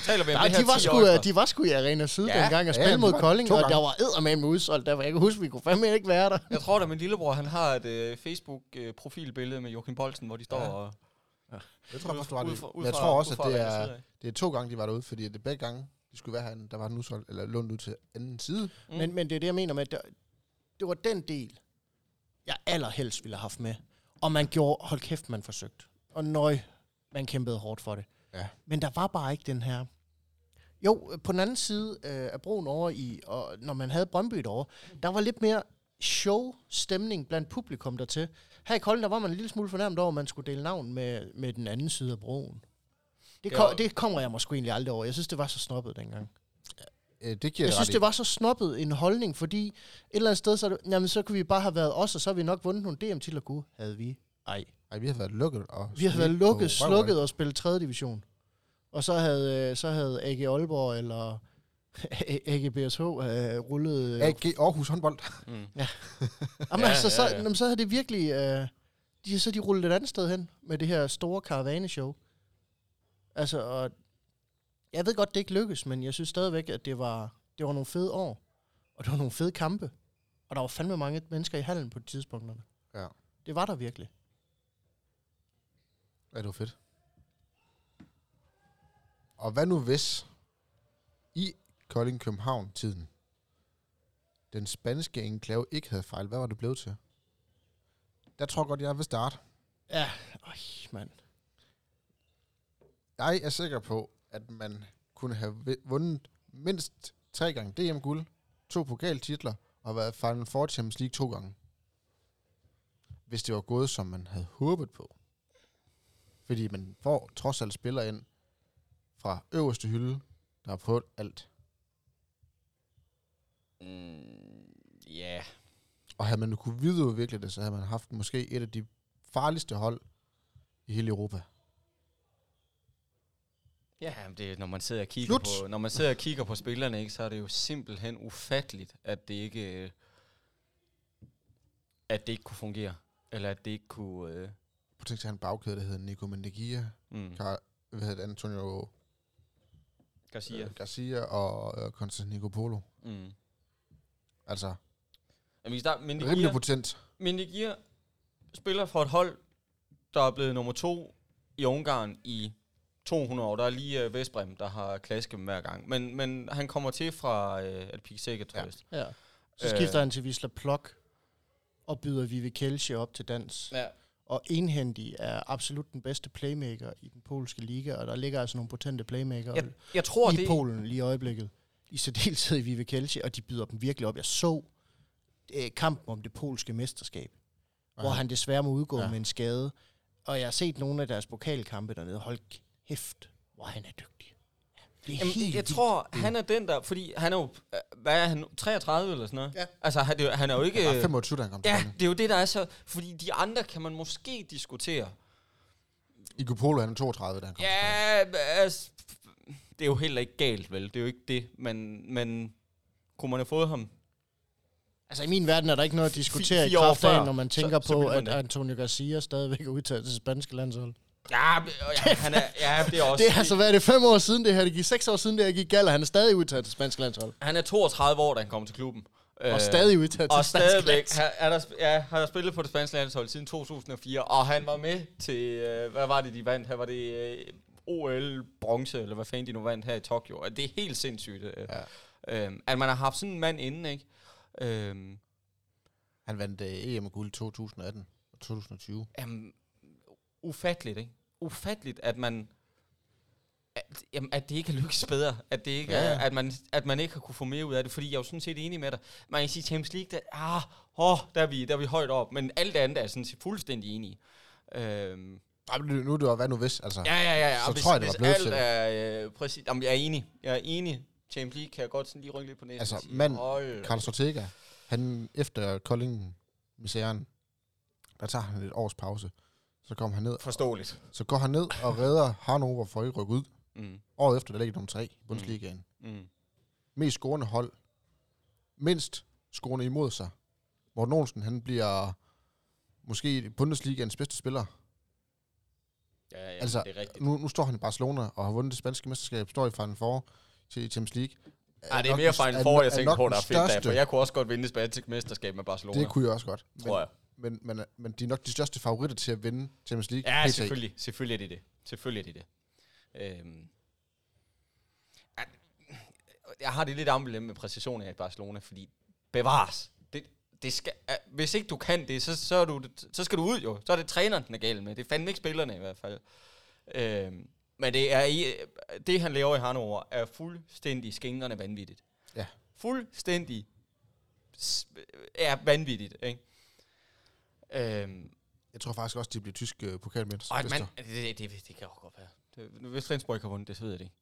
her de var sgu i Arena Syd dengang og spille mod Kolding, og der var eddermame med udsolgt. Der var, jeg kan huske, vi kunne fandme ikke være der. Jeg tror da, min lillebror, han har et Facebook-profilbillede med Joachim Bolsen, hvor de står og... Ja. Jeg tror også, men jeg tror også, at det er 2 gange, de var derude, fordi det begge gange, de skulle være herinde, der var den udsolgt, eller lånt ud til anden side. Men det er det, jeg mener med, det var den del, jeg allerhelst ville have haft med. Og man gjorde, hold kæft, man forsøgte. Og man kæmpede hårdt for det. Ja. Men der var bare ikke den her... Jo, på den anden side af broen over i, og når man havde Brøndby derovre, der var lidt mere show-stemning blandt publikum dertil. Her i Kolding, der var man en lille smule fornærmet over, at man skulle dele navn med den anden side af broen. Det kommer jeg måske egentlig aldrig over. Jeg synes, det var så snobbet dengang. Jeg synes, det var så snobbet en holdning, fordi et eller andet sted, så kunne vi bare have været os, og så har vi nok vundet nogle DM-titler. Gud, havde vi. Ej, vi har været lukket. Vi har været lukket, slukket og spillet 3. division. Og så havde AG Aalborg eller AG BSH rullet... AG Aarhus håndbold. Ja. Jamen, altså, så havde det virkelig... de rullet et andet sted hen med det her store karavaneshow. Altså, og jeg ved godt, det ikke lykkes, men jeg synes stadigvæk, at det var nogle fede år. Og det var nogle fede kampe. Og der var fandme mange mennesker i hallen på de tidspunkterne. Ja. Det var der virkelig. Ja, det var fedt. Og hvad nu hvis i Kolding København-tiden den spanske enklave ikke havde fejl? Hvad var det blevet til? Der tror jeg godt, jeg vil starte. Ja, mand. Jeg er sikker på, at man kunne have vundet mindst 3 gange DM-guld, 2 pokaltitler og været Final Four Champions League 2 gange. Hvis det var gået, som man havde håbet på. Fordi man får trods alt spillere ind fra øverste hylde, der har prøvet alt. Ja. Og havde man nu kunne videreudvikle det, så havde man haft måske et af de farligste hold i hele Europa. Ja, det, når man sidder og kigger på spillerne, ikke, så er det jo simpelthen ufatteligt, at det ikke kunne fungere, eller at det ikke kunne. Prøv at tænke sig en bagkæde, der hedder Nico Mendegia, Antonio Garcia og Constantino Polo. Altså, rimelig potent. Mendegia spiller for et hold, der er blevet nummer 2 i Ungarn i 200 år. Der er lige Vestbrem, der har klasket hver gang. Men han kommer til fra Alpiksækket, tror jeg. Ja. Så skifter han til Wisla Plock og byder Vivi Kelce op til dans. Ja. Og enhændig er absolut den bedste playmaker i den polske liga, og der ligger altså nogle potente playmaker jeg tror, i Polen lige i øjeblikket. I særdeleshed i Vivi Kelce, og de byder dem virkelig op. Jeg så kampen om det polske mesterskab, hvor han desværre må udgå med en skade. Og jeg har set nogle af deres pokalkampe dernede. Hold kæft, hvor han er dygtig. Jamen, jeg tror, han er den der, fordi han er jo, hvad er han, 33 eller sådan noget? Ja. Altså, han er jo ikke... Han var 25, da han kom til Ja, Kolding. det er jo det, der er så... Fordi de andre kan man måske diskutere. Igor Polo, han er 32, da han kom til Kolding. Ja, altså, det er jo heller ikke galt, vel? Det er jo ikke det, men kunne man have fået ham? Altså i min verden er der ikke noget at diskutere i fire år kraft af, før, når man tænker så på, vil man at det. Antonio Garcia stadigvæk er udtaget til spanske landshold. Ja, han er... Ja, det er også... Det er altså, hvad er det, 5 år siden det her? Det gik 6 år siden det her gik galt, og han er stadig udtaget til spanske landshold. Han er 32 år, da han kom til klubben. Og stadig udtaget til og spanske stadigvæk landshold. har der spillet på det spanske landshold siden 2004, og han var med til, hvad var det, de vandt her? Var det OL bronze, eller hvad fanden de nu vandt her i Tokyo? Og det er helt sindssygt, at man har haft sådan en mand inden, ikke? Han vandt EM-guld i 2018 og 2020. Ufatteligt, ikke? Ufatteligt, at man... At det ikke har lykkes bedre. At det ikke er, at man ikke har kunne få mere ud af det. Fordi jeg er jo sådan set enig med dig. Man kan sige, Champions League, der er vi højt op. Men alt det andet er sådan set fuldstændig enige. Nu er det jo, hvad nu hvis, altså. Ja. Så tror jeg, det var blevet til det. Præcis. Jamen, jeg er enig. Champions League kan jeg godt sådan lige rykke lidt på næsen. Altså, Carlos Ortega, han efter Kolding-misæren, der tager han et års pause. Så kommer han ned. Forståeligt. Så går han ned og redder Hannover for at rykke ud. Året efter, der ligger nummer 3 i Bundesligaen. Mest scorende hold. Mindst scorende imod sig. Morten Olsen, han bliver måske Bundesligaens bedste spiller. Ja, altså, det er rigtigt. Nu står han i Barcelona og har vundet det spanske mesterskab, står i Final Four til Champions League. Det er mere Final Four, jeg tænker på, der er fedt der, for jeg kunne også godt vinde det spanske mesterskab med Barcelona. Det kunne jeg også godt. Tror jeg. Men de er nok de største favoritter til at vinde Champions League. Ja, selvfølgelig er de det. Jeg har det lidt ambivalent med præcisioner i Barcelona, fordi bevares. Det skal, hvis ikke du kan det, så skal du ud jo. Så er det træneren, den er galt med. Det er fandme ikke spillerne i hvert fald. Men det han laver i Hannover er fuldstændig skængerne vanvittigt. Ja. Fuldstændig vanvittigt, ikke? Jeg tror faktisk også, de bliver tyske pokalmester. Det kan jo godt være. Hvis Flensborg ikke har vundet det, så ved jeg det ikke.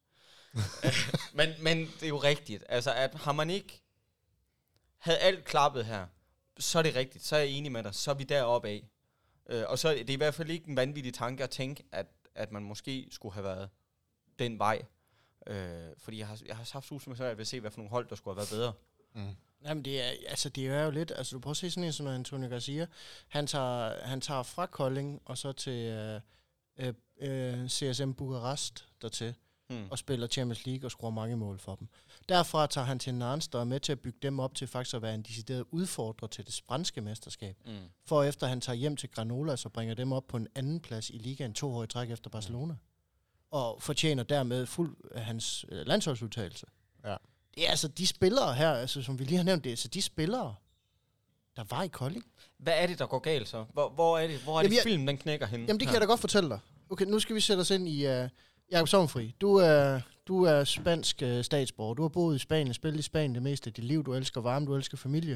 men det er jo rigtigt. Altså, at har man ikke havde alt klappet her, så er det rigtigt. Så er jeg enig med dig. Så er vi deroppe af. Og så det er i hvert fald ikke en vanvittig tanke at tænke, at man måske skulle have været den vej. Fordi jeg har haft sus med svært ved at se, hvad for nogle hold, der skulle have været bedre. Jamen, det er jo lidt... Altså, du prøver at se sådan en som Antonio Garcia. Han tager fra Kolding og så til CSM Bukarest dertil og spiller Champions League og scorer mange mål for dem. Derfra tager han til Nantes, der er med til at bygge dem op til faktisk at være en decideret udfordrer til det franske mesterskab. For efter han tager hjem til Granola, så bringer dem op på en anden plads i ligaen 2 år i træk efter Barcelona. Og fortjener dermed fuld af hans landsholdsudtalelse. Ja. Det er altså de spillere her, altså, som vi lige har nævnt, det er altså de spillere, der var i Kolding. Hvad er det, der går galt så? Hvor er det filmen, den knækker henne? Jamen, det kan jeg da godt fortælle dig. Okay, nu skal vi sætte os ind i... Jakob Sommerfri, du er spansk statsborger. Du har boet i Spanien, spillet i Spanien det meste af dit liv. Du elsker varme, du elsker familie.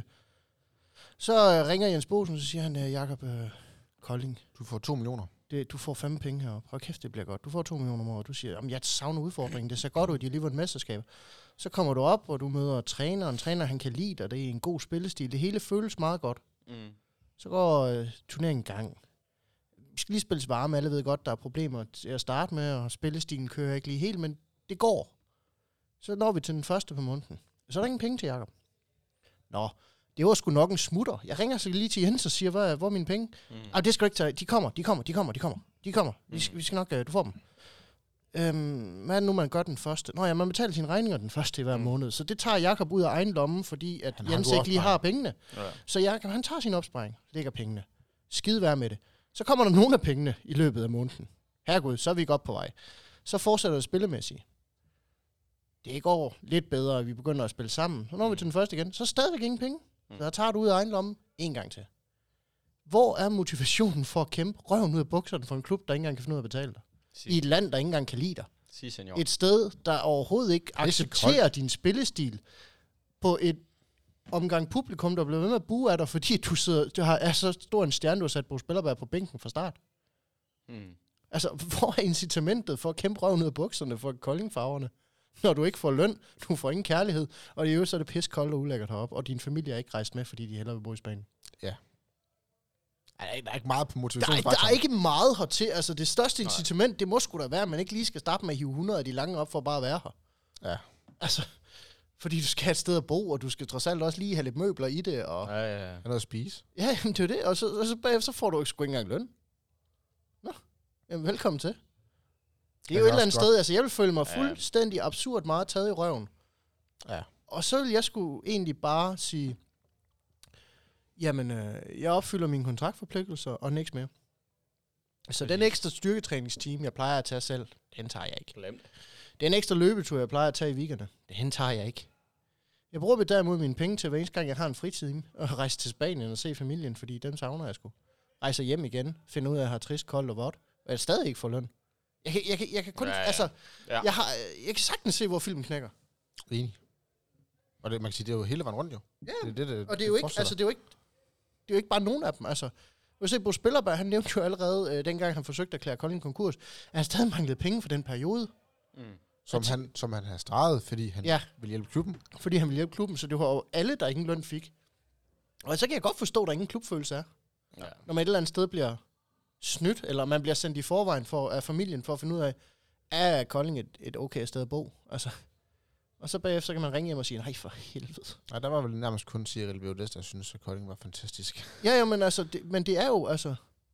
Så ringer Jens Bosen, så siger han, Jakob, Kolding. Du får 2 millioner. Du får 5 penge heroppe. Hold kæft, det bliver godt. Du får 2 millioner om året. Du siger, jeg savner udfordringen. Det ser godt ud, de har lige vundet mesterskab. Så kommer du op, og du møder træneren. Træneren, han kan lide dig. Det er en god spillestil. Det hele føles meget godt. Så går turneringen i gang. Vi skal lige spilles varme. Alle ved godt, der er problemer til at starte med, og spillestilen kører ikke lige helt, men det går. Så når vi til den første på måneden. Så er der ingen penge til Jakob. Nå, det var sgu nok en smutter. Jeg ringer så lige til Jens og siger, hvor er mine penge? Det skal du ikke tage. De kommer. Vi skal nok, du får dem. Hvad er det nu, man gør den første? Nå ja, man betaler sine regninger den første i hver måned. Så det tager Jakob ud af egen lomme, fordi at Jens ikke lige har pengene. Ja. Så Jakob, han tager sin opsparing, lægger pengene. Skide være med det. Så kommer der nogle af pengene i løbet af måneden. Herregud, så er vi godt på vej. Så fortsætter det spillemæssigt. Det går lidt bedre, at vi begynder at spille sammen. Så når vi til den første igen, så er stadigvæk ingen penge. Så der tager du ud af egen lomme en gang til. Hvor er motivationen for at kæmpe røven ud af bukserne for en klub, der ikke engang kan finde ud af at betale dig? I et land, der ikke engang kan lide dig. Et sted, der overhovedet ikke accepterer din spillestil på et omgang publikum, der bliver ved med at bue af dig, fordi du er så stor en stjerne, du har sat Bo Spillerberg på bænken fra start. Altså, hvor er incitamentet for at kæmpe røven ud af bukserne for Kolding-farverne? når du ikke får løn, du får ingen kærlighed, og i øvrigt så er det pisse koldt og ulækkert heroppe, og din familie er ikke rejst med, fordi de hellere vil bo i Spanien. Ja. Der er ikke meget på Der motivationsfaktoren. er ikke meget hertil. Altså, det største incitament, det må sgu da være, at man ikke lige skal starte med at hive 100 af de lange op for bare at være her. Ja. Altså, fordi du skal have et sted at bo, og du skal trods alt også lige have lidt møbler i det. Og Ja. Have noget at spise. ja, jamen, det er det. Og så bagefter så får du sgu ikke engang løn. Nå, jamen, velkommen til. Det er jo et eller andet sted. Altså, jeg vil føle mig fuldstændig absurd meget taget i røven. Ja. Og så vil jeg sgu egentlig bare sige, jamen, jeg opfylder mine kontraktforpligtelser, og niks mere. Så den ekstra styrketræningsteam, jeg plejer at tage selv, den tager jeg ikke. Glemt. Den ekstra løbetur, jeg plejer at tage i weekender, den tager jeg ikke. Jeg bruger derimod mine penge til, hver eneste gang jeg har en fritid, og rejse til Spanien og se familien, fordi dem savner jeg sgu. Rejser hjem igen, finder ud af, at jeg har trist, koldt og vådt, og jeg stadig ikke får løn. Jeg kan kun, altså, jeg kan sagtens se, hvor filmen knækker. Enig. Og det, man kan sige, det er jo hele vejen rundt jo. Ja, det og det er jo ikke, altså, det er jo ikke bare nogen af dem, altså. Hvis jeg Bo Spillerberg, han nævnte jo allerede, dengang han forsøgte at erklære Kolding konkurs, at han stadig manglede penge for den periode. Som han havde streget, fordi han ville hjælpe klubben. Fordi han ville hjælpe klubben, så det var jo alle, der ingen løn fik. Og så kan jeg godt forstå, at der ingen klubfølelse er. Ja. Når man et eller andet sted bliver snydt, eller man bliver sendt i forvejen af familien for at finde ud af, er Kolding et okay sted at bo? Altså. Og så bagefter kan man ringe hjem og sige, nej for helvede. Nej, der var vel nærmest kun Cyril Beodes, der synes, at Kolding var fantastisk. Ja, men altså, det er jo, altså.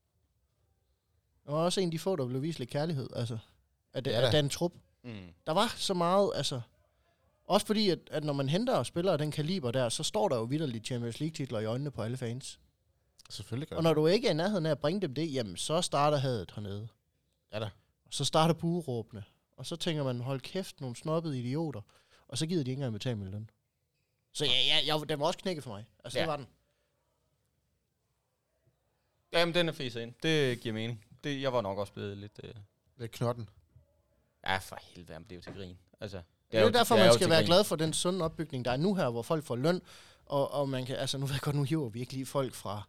Der var også en af de få, der blev vist lidt kærlighed, altså. Af den trup. Der var så meget, altså. Også fordi, at når man henter og spiller af den kaliber der, så står der jo vitterligt Champions League-titler i øjnene på alle fans. Selvfølgelig gør og når du ikke er i nærheden af at bringe dem det, jamen, så starter hadet hernede. Ja da. Og så starter bueråbene. Og så tænker man, hold kæft, nogle snobbede idioter. Og så gider de ikke engang betale med løn. Så den var også knækket for mig. Altså, det var den. Jamen, den er fæset ind. Det giver mening. Jeg var nok også blevet lidt... Lidt knotten. Ja, for helvede, han blev til grin. Altså, det er jo derfor, man skal være glad for den sunde opbygning, der er nu her, hvor folk får løn. Og man kan, altså nu ved jeg godt, nu hiver vi ikke lige folk fra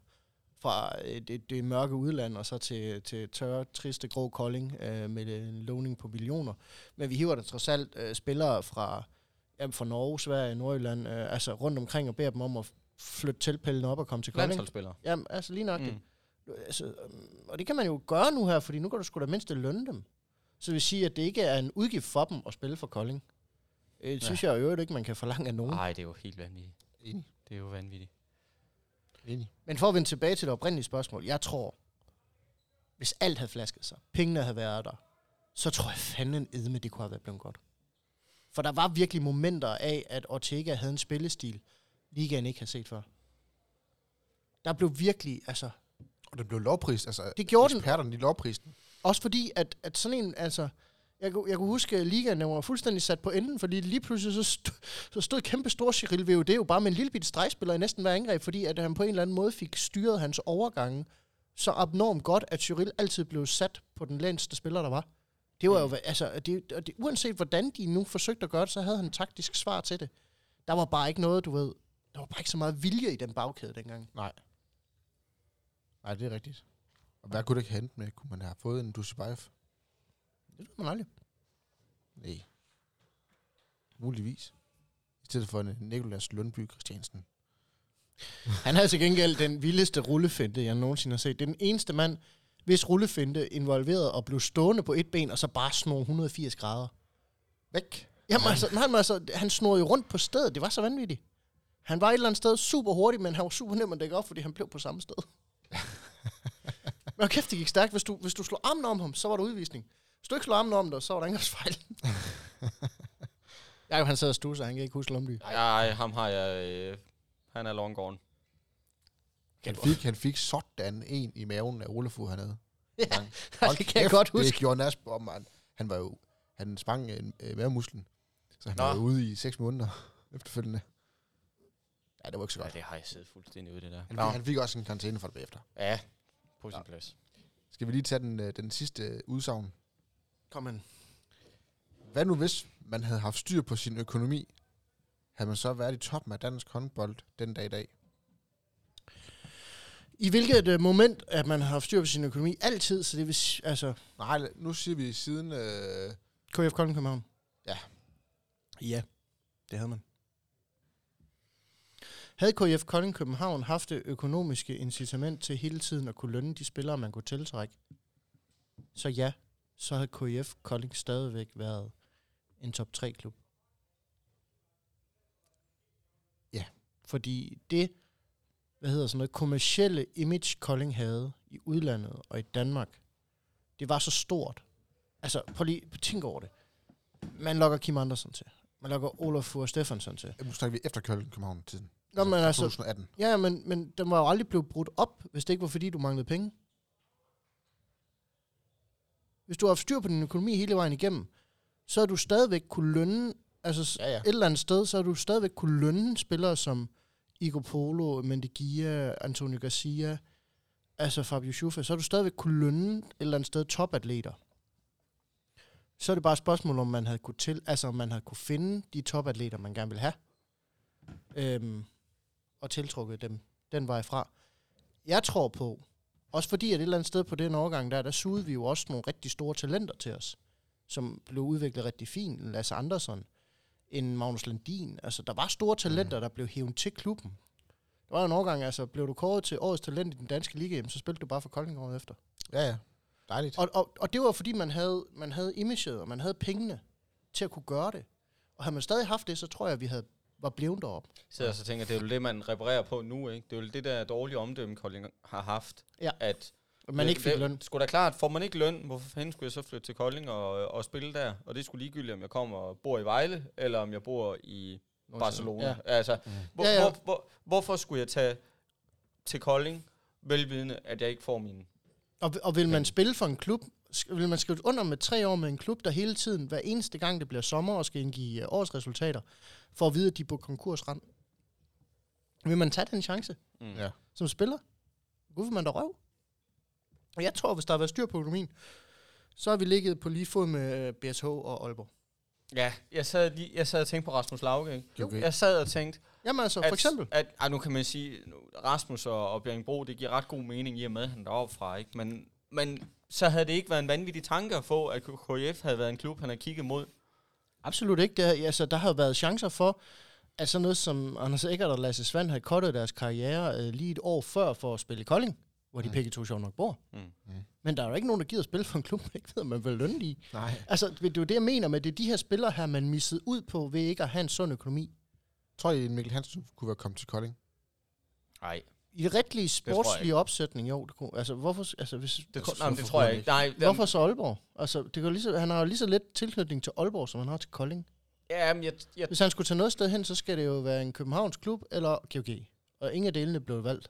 det mørke udland, og så til tørre, triste, grå Kolding med en lovning på millioner. Men vi hiver der trods alt spillere fra Norge, Sverige, Nordjylland, altså rundt omkring og beder dem om at flytte teltpælene op og komme til Kolding. Landsholdsspillere. Jamen, altså lige nok det. Altså, og det kan man jo gøre nu her, fordi nu kan du sgu da mindst lønne dem. Så det vil sige, at det ikke er en udgift for dem at spille for Kolding. Det synes jeg jo ikke, man kan forlange af nogen. Nej, det er jo helt vanvittigt. Enig. Det er jo vanvittigt. Enig. Men for at vende tilbage til det oprindelige spørgsmål, jeg tror, hvis alt havde flasket sig, pengene havde været der, så tror jeg fanden edme, det kunne have været blevet godt. For der var virkelig momenter af, at Ortega havde en spillestil, ligaen ikke havde set før. Der blev virkelig, altså... Og det blev lovprist, altså det gjorde eksperterne i lovprisen. Også fordi, at sådan en, altså... Jeg kunne huske, at ligaen var fuldstændig sat på enden, fordi lige pludselig så stod kæmpe stor Cyril Veode jo bare med en lille bitte stregspiller i næsten hver angreb, fordi at han på en eller anden måde fik styret hans overgange så abnormt godt, at Cyril altid blev sat på den længste spiller, der var. Det var jo, altså, uanset hvordan de nu forsøgte at gøre det, så havde han taktisk svar til det. Der var bare ikke noget, du ved, der var bare ikke så meget vilje i den bagkæde dengang. Nej, det er rigtigt. Og hvad kunne det ikke hente med? Kunne man have fået en Dushibayev? Det ved man aldrig. Nej. Muligvis. I stedet for en Nicolas Lundby Christiansen. Han havde til gengæld den vildeste rullefinte, jeg nogensinde har set. Det er den eneste mand, hvis rullefinte involverede og blev stående på et ben, og så bare snor 180 grader. Væk. Jamen altså, han snor jo rundt på stedet. Det var så vanvittigt. Han var et eller andet sted super hurtigt, men han var super nem at dække op, fordi han blev på samme sted. Men kæft, det gik stærkt. Hvis du slår armen om ham, så var der udvisning. Hvis du ikke slår armen om dig, så var der angrebsfejl. Han sad og stusser, han kan ikke huske Lundby. Nej, ham har jeg... han er longborn. Han fik sådan en i maven af Olefur hernede. Ja, det kan jeg godt huske. Det gjorde Nasp om, han sprang mavemusklen. Så han var ude i 6 måneder efterfølgende. Ja, det var ikke så godt. Ja, det har jeg siddet fuldstændig ude det der. Han fik også en karantæne for det bagefter. Ja, på sin plads. Skal vi lige tage den sidste udsagn? Kom hen. Hvad nu hvis man havde haft styr på sin økonomi, havde man så været i toppen af dansk håndbold den dag i dag? I hvilket moment, at man har haft styr på sin økonomi? Altid, så det vil altså... Nej, nu siger vi siden... KF Kolding København. Ja. Ja, det havde man. Havde KIF Kolding København haft det økonomiske incitament til hele tiden at kunne lønne de spillere, man kunne tiltrække, så ja, så havde KIF Kolding stadigvæk været en top 3-klub. Ja. Fordi det, sådan noget kommercielle image Kolding havde i udlandet og i Danmark, det var så stort. Altså, prøv lige at tænke over det. Man lokker Kim Andersen til. Man lokker Olaf Fure Stefansson til. Nu snakker vi efter Kolding København-tiden. Nå, men altså, 2018. Ja, men den var jo aldrig blevet brudt op, hvis det ikke var fordi, du manglede penge. Hvis du har haft styr på din økonomi hele vejen igennem, så har du stadigvæk kunne lønne, altså et eller andet sted, så har du stadigvæk kunne lønne spillere som Igor Polo, Mendigia, Antonio Garcia, altså Fabio Schuffa, så har du stadigvæk kunne lønne et eller andet sted topatleter. Så er det bare et spørgsmål, om man havde kunne finde de topatleter, man gerne vil have, og tiltrukket dem den vej fra. Jeg tror på, også fordi at et eller andet sted på den overgang der sugede vi jo også nogle rigtig store talenter til os, som blev udviklet rigtig fint. Lasse Andersson, en Magnus Landin. Altså, der var store talenter, der blev hævet til klubben. Der var jo en overgang, altså, blev du kåret til årets talent i den danske liga, så spillede du bare for Kolding året efter. Ja. Dejligt. Og det var fordi, man havde imaget, og man havde pengene til at kunne gøre det. Og havde man stadig haft det, så tror jeg, at vi var blevet deroppe. Så jeg tænker, det er jo det, man reparerer på nu, ikke? Det er jo det der dårlige omdømme, Kolding har haft. Ja. At man ikke fik løn. Skulle da klart, får man ikke løn, hvorfor fanden skulle jeg så flytte til Kolding og spille der? Og det skulle ligegyldigt, om jeg kommer og bor i Vejle, eller om jeg bor i Barcelona. Ja. Altså, hvorfor skulle jeg tage til Kolding, velvidende, at jeg ikke får mine... Og vil man spille for en klub, vil man skrive under med 3 år med en klub, der hele tiden, hver eneste gang det bliver sommer, og skal indgive årsresultater, for at vide, at de er på konkursrand? Vil man tage den chance som spiller? Gud, vil man da røv? Og jeg tror, hvis der har været styr på økonomien, så har vi ligget på lige fod med BSH og Aalborg. Ja, jeg sad og tænkte på Rasmus Lauke, ikke? Okay. Jeg sad og tænkte... Jamen altså, for eksempel... Nu kan man sige, Rasmus og Bjerringbro, det giver ret god mening i og med, at han er deroppe fra, ikke? Men så havde det ikke været en vanvittig tanke at få, at KIF havde været en klub, han havde kigget mod. Absolut ikke. Der har jo været chancer for, at sådan noget som Anders Eggert og Lasse Svand havde kottet deres karriere lige et år før for at spille i Kolding, hvor de begge to sjovt nok bor. Men der er jo ikke nogen, der gider at spille for en klub, man ikke ved, om man vil lønne i. Nej. Altså, det er jo det, jeg mener med, det er de her spillere her, man missede ud på ved ikke at have en sund økonomi. Tror I, Mikkel Hansen kunne være kommet til Kolding? Nej. I det rigtige sportslige opsætning, jo. Det kunne, altså, hvorfor... Altså, det tror jeg ikke. Nej, hvorfor så Aalborg? Altså, det kan lige så, han har jo lige så let tilknytning til Aalborg, som han har til Kolding. Ja, men hvis han skulle tage noget sted hen, så skal det jo være en Københavns klub eller GOG. Og ingen af delene blev valgt.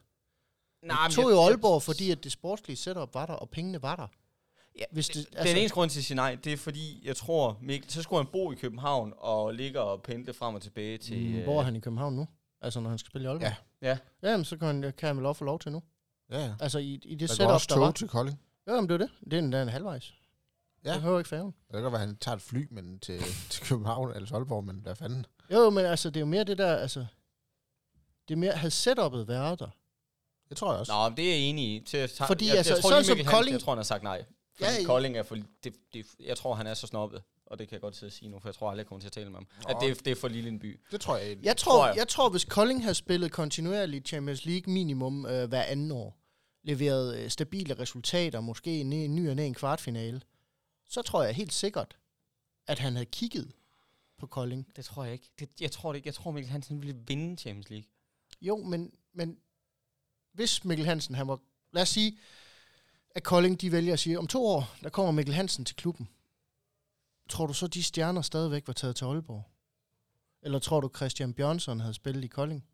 Han tog jo Aalborg, fordi at det sportslige setup var der, og pengene var der. Ja, den eneste grund til at sige nej, det er fordi, jeg tror, Mikkel, så skulle han bo i København og ligge og pendle frem og tilbage til... Hvor er han i København nu? Altså, når han skal spille i Aalborg? Ja. Jamen, så kan han vel få lov til nu. Ja. Altså, i det der setup, også der var... til Kolding. Ja, men det er det. Det er en halvvejs. Ja. Det hører ikke færgen. Det kan være, at han tager et fly men til København eller Aalborg, men hvad fanden? Jo, men altså, det er jo mere det der, altså... Det er mere, havde setup'et været der. Det tror jeg også. Nå, det er jeg enig i. Fordi jeg altså, tror, som Kolding... Jeg tror, han har sagt nej. Fordi Kolding er for... jeg tror, han er så snobbet. Og det kan jeg godt sidde og sige nu, for jeg tror aldrig, jeg kommer til at tale med ham. At det er for lille en by. Det tror jeg ikke. Jeg tror, hvis Kolding havde spillet kontinuerligt Champions League minimum hver anden år, leveret stabile resultater, måske en ny og en kvartfinale, så tror jeg helt sikkert, at han havde kigget på Kolding. Det tror jeg ikke. Jeg tror det ikke. Jeg tror, Mikkel Hansen ville vinde Champions League. Jo, men hvis Mikkel Hansen, han var... Lad os sige, at Kolding, de vælger at sige, om 2 år, der kommer Mikkel Hansen til klubben. Tror du så, de stjerner stadigvæk var taget til Aalborg? Eller tror du, Christian Bjørnsson havde spillet i Kolding?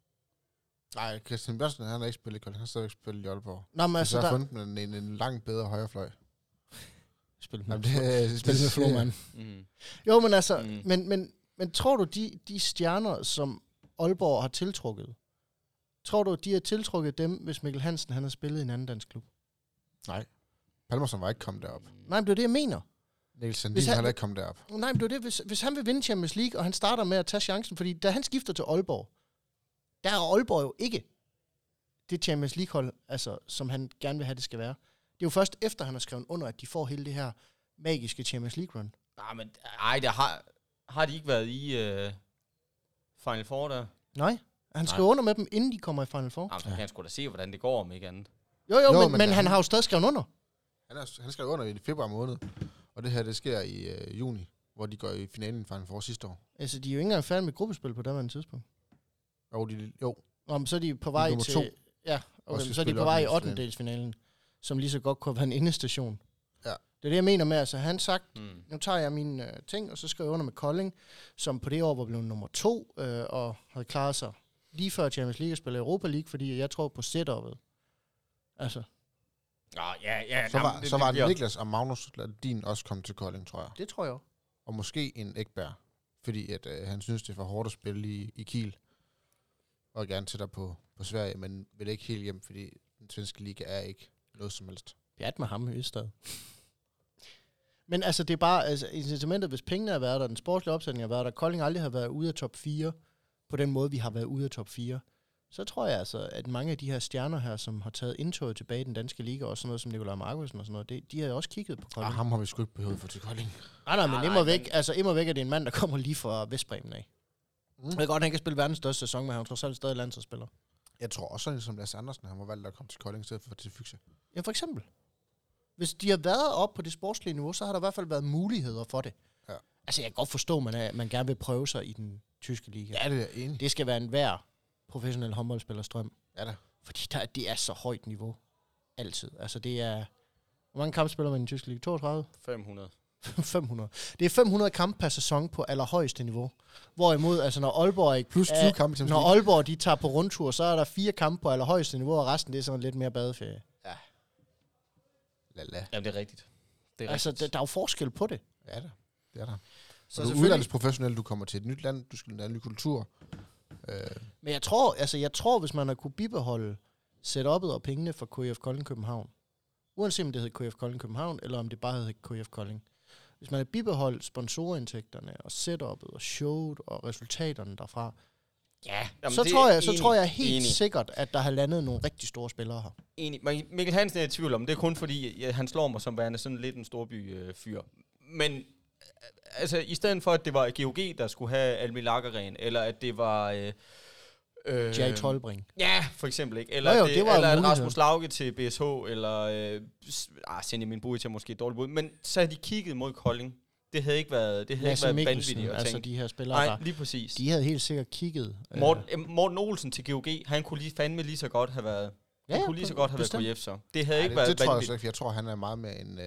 Nej, Christian Bjørnsson, han har ikke spillet i Kolding. Han har stadigvæk spillet i Aalborg. Nå, men altså, så har fundet en langt bedre højrefløj. Spillet med Florman. Jo, men altså, men tror du, de stjerner, som Aalborg har tiltrukket, tror du, de har tiltrukket dem, hvis Mikkel Hansen, han har spillet i en anden dansk klub? Nej. Palmerson var ikke kommet derop. Nej, men det er det, jeg mener. Niels Sandin har ikke kommet derop. Nej, men det er det, hvis han vil vinde Champions League, og han starter med at tage chancen, fordi da han skifter til Aalborg, der er Aalborg jo ikke det Champions League-hold, altså, som han gerne vil have, det skal være. Det er jo først efter, han har skrevet under, at de får hele det her magiske Champions League-run. Nej, men det Har de ikke været i Final Four der? Nej, han skrev under med dem, inden de kommer i Final Four. Jamen, så kan han sgu da se, hvordan det går, om ikke andet. Jo, men han har jo stadig skrevet under. Han skrev under i februar måned, og det her, det sker i juni, hvor de går i finalen i Final Four sidste år. Altså, de er jo ikke engang færdige med gruppespil på det tidspunkt. Jo. Så er de på vej til... 2. Ja, okay, så er de på vej i 8. som lige så godt kunne være en endestation. Ja. Det er det, jeg mener med, altså han sagt, nu tager jeg mine ting, og så skriver jeg under med Kolding, som på det år var blevet nummer 2, og havde klaret sig lige før Champions League at spille Europa League, fordi jeg tror på setup'et. Altså. Ja. Så var det Niklas og Magnus Ladin også kom til Kolding, tror jeg. Det tror jeg også. Og måske en Ekberg, fordi at, han synes, det er for hårdt at spille i Kiel. Og gerne tættere på Sverige, men vil ikke helt hjem, fordi den svenske liga er ikke noget som helst. Pjat med ham i Ystad. Men altså, det er bare, altså, incitamentet, hvis pengene har været der, den sportslige opsætning har været der, Kolding aldrig har været ude af top 4, på den måde, vi har været ude af top 4, så tror jeg altså, at mange af de her stjerner her, som har taget indtoget tilbage i den danske liga, og sådan noget som Nikolaj Markusen og sådan noget, de har også kigget på Kolding. Ham har vi sgu ikke behøvet for til Kolding. Nej, men immer væk, altså immer væk er det en mand, der kommer lige fra Vestbremen af. Jeg ved godt, han kan spille verdens største sæson, men han tror selv stadig landsholdsspiller. Jeg tror også, som Lasse Andersen, han var valgt at komme til Kolding i stedet for til Fyxe. Ja, for eksempel. Hvis de har været op på det sportslige niveau, så har der i hvert fald været muligheder for det. Ja. Altså, jeg kan godt forstå, at man gerne vil prøve sig i den tyske liga. Ja, det er jeg enig. Det skal være en hver professionel håndboldspillers drøm. Ja da. Fordi det er så højt niveau. Altid. Altså, det er... Hvor mange kampe spiller man i den tyske liga? 32? 500. 500. Det er 500 kampe per sæson på allerhøjeste niveau. Hvorimod, altså når Aalborg ikke... Plus 20 kampe. Når Aalborg, de tager på rundtur, så er der 4 kampe på allerhøjeste niveau, og resten, det er sådan lidt mere badeferie. Ja. Lala. Jamen, det er rigtigt. Altså, der er jo forskel på det. Ja da. Det er der. Så du er udlandsprofessionel, du kommer til et nyt land, du skal lære en ny kultur. Men jeg tror, hvis man har kunne bibeholde setup'et og pengene for KIF Kolding København, uanset om det hed KIF Kolding København, eller om det bare hed KIF Kolding, hvis man har bibeholdt sponsorindtægterne og setup'et og showet og resultaterne derfra, ja, så tror jeg helt sikkert, at der har landet nogle rigtig store spillere her. Enig. Mikkel Hansen er i tvivl om. Det er kun fordi, han slår mig som værende sådan lidt en storby-fyr. Men altså, i stedet for, at det var GOG, der skulle have Almi Lagergren, eller at det var... Jay Tolbring. Ja, for eksempel ikke. Eller, eller at Rasmus Lauke til BSH, eller Senjamin Buic er måske et dårligt bud. Men så havde de kigget mod Kolding. Det havde ikke været, vanvittigt at altså tænke. De her spillere, nej, lige præcis. De havde helt sikkert kigget. Morten Olsen til GOG, han kunne lige fandme lige så godt have været... Han kunne lige så godt have været KF, så. Det havde ikke været det tror jeg så ikke, jeg tror, han er meget med en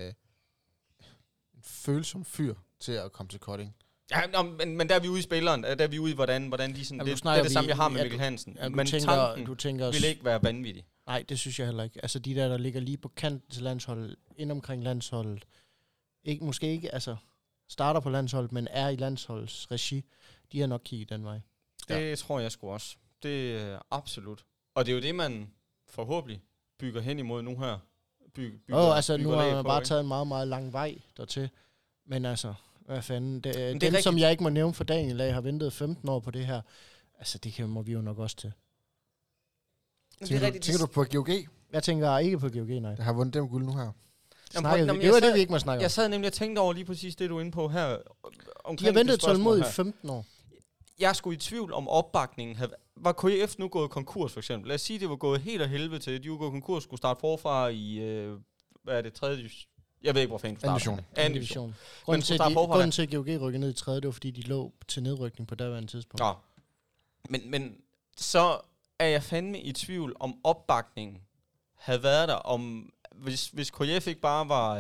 følsom fyr til at komme til Kolding. Ja, men der er vi ude i spilleren. Der er vi ude i, hvordan de sådan... Det er det samme, jeg har med Mikkel Hansen. Men tanken vil ikke være vanvittig. Nej, det synes jeg heller ikke. Altså de der ligger lige på kanten til landsholdet, ind omkring landsholdet, måske ikke, altså starter på landsholdet, men er i landsholdets regi, de har nok kigget den vej. Det tror jeg sgu også. Det er absolut. Og det er jo det, man forhåbentlig bygger hen imod nu her. Altså nu har man bare taget en meget, meget lang vej dertil. Men altså, hvad fanden, dem som jeg ikke må nævne for dagen i dag, har ventet 15 år på det her. Altså det må vi jo nok også til. Tænker du på GOG? Jeg tænker ikke på GOG, nej. Der har vundet dem guld nu her. Det var det, vi ikke må snakke om. Jeg sad nemlig og tænkte over lige præcis det, du er inde på her. De har ventet tålmod i 15 år. Jeg er sgu i tvivl om opbakningen. Var KIF nu gået konkurs, for eksempel? Lad os sige, det var gået helt af helvede til. De var gået konkurs, skulle starte forfra i, hvad er det, 3. Jeg ved ikke, hvor fanden du starter. Anden division. Grunden til, at GOG rykkede ned i 3., det var, fordi de lå til nedrykning på daværende tidspunkt. Ja. Men så er jeg fandme i tvivl om opbakningen havde været der, om hvis KIF ikke bare var...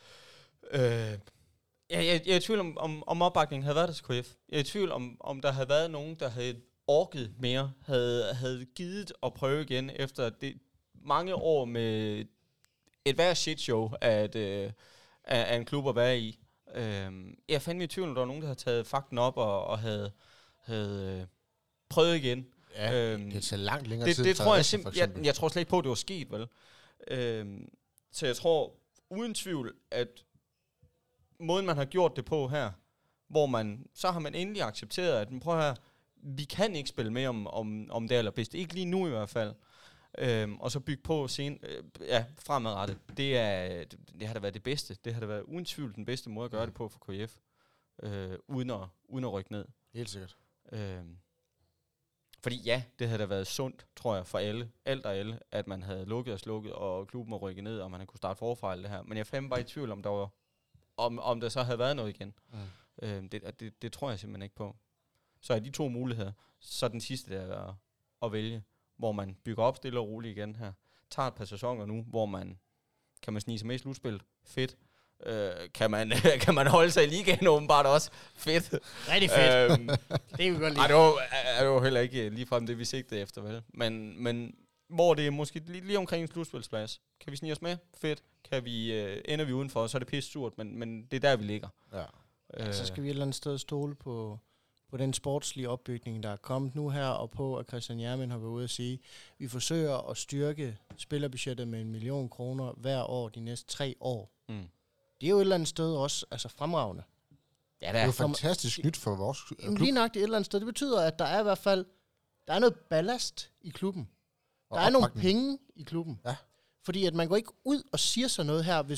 Jeg er i tvivl om opbakningen havde været der til KIF. Jeg er i tvivl om der havde været nogen, der havde orket mere, havde givet at prøve igen, efter det mange år med et hver shitshow af en klub at være i. Jeg er fandme i tvivl, om der var nogen, der havde taget fakten op og havde prøvet igen. Ja, det tager langt længere tid. Det tror jeg simpelthen. Jeg tror slet ikke på, at det var sket, vel? Så jeg tror uden tvivl, at måden, man har gjort det på her, hvor så har man endelig accepteret, at prøv her, vi kan ikke spille med om det allerbedste. Ikke lige nu i hvert fald. Og så bygge på fremadrettet. Det har da været det bedste. Det har da været uden tvivl den bedste måde at gøre det på for KIF. uden at rykke ned. Helt sikkert. Fordi ja, det havde da været sundt, tror jeg, for alt og alle, at man havde lukket og slukket, og klubben var rykket ned, og man havde kunne starte forfra alt det her. Men jeg er fandme bare i tvivl, om der så havde været noget igen. Det tror jeg simpelthen ikke på. Så er de 2 muligheder, så den sidste der er at vælge, hvor man bygger op stille og roligt igen her. Tager et par sæsoner nu, hvor man kan snige sig med i slutspillet. Fedt. Kan man holde sig i ligaen åbenbart også. Fedt. Rigtig fedt. Det er vi godt lide. Det var heller ikke ligefrem det, vi sigtede efter, vel? Men hvor det er måske lige omkring en slutspilsplads. Kan vi snige os med? Fedt. Kan vi ender vi udenfor, så er det pisse surt, men det er der, vi ligger. Ja. Så skal vi et eller andet sted stole på den sportslige opbygning, der er kommet nu her, og på, at Christian Hjermind har været ude at sige, at vi forsøger at styrke spillerbudgettet med 1 million kroner hver år de næste 3 år. Det er jo et eller andet sted også fremragende. Ja, det er jo fantastisk nyt for vores klub. Lige nøjagtigt et eller andet sted. Det betyder, at der er i hvert fald noget ballast i klubben. Der er nogle penge i klubben. Ja. Fordi at man går ikke ud og siger sådan noget her,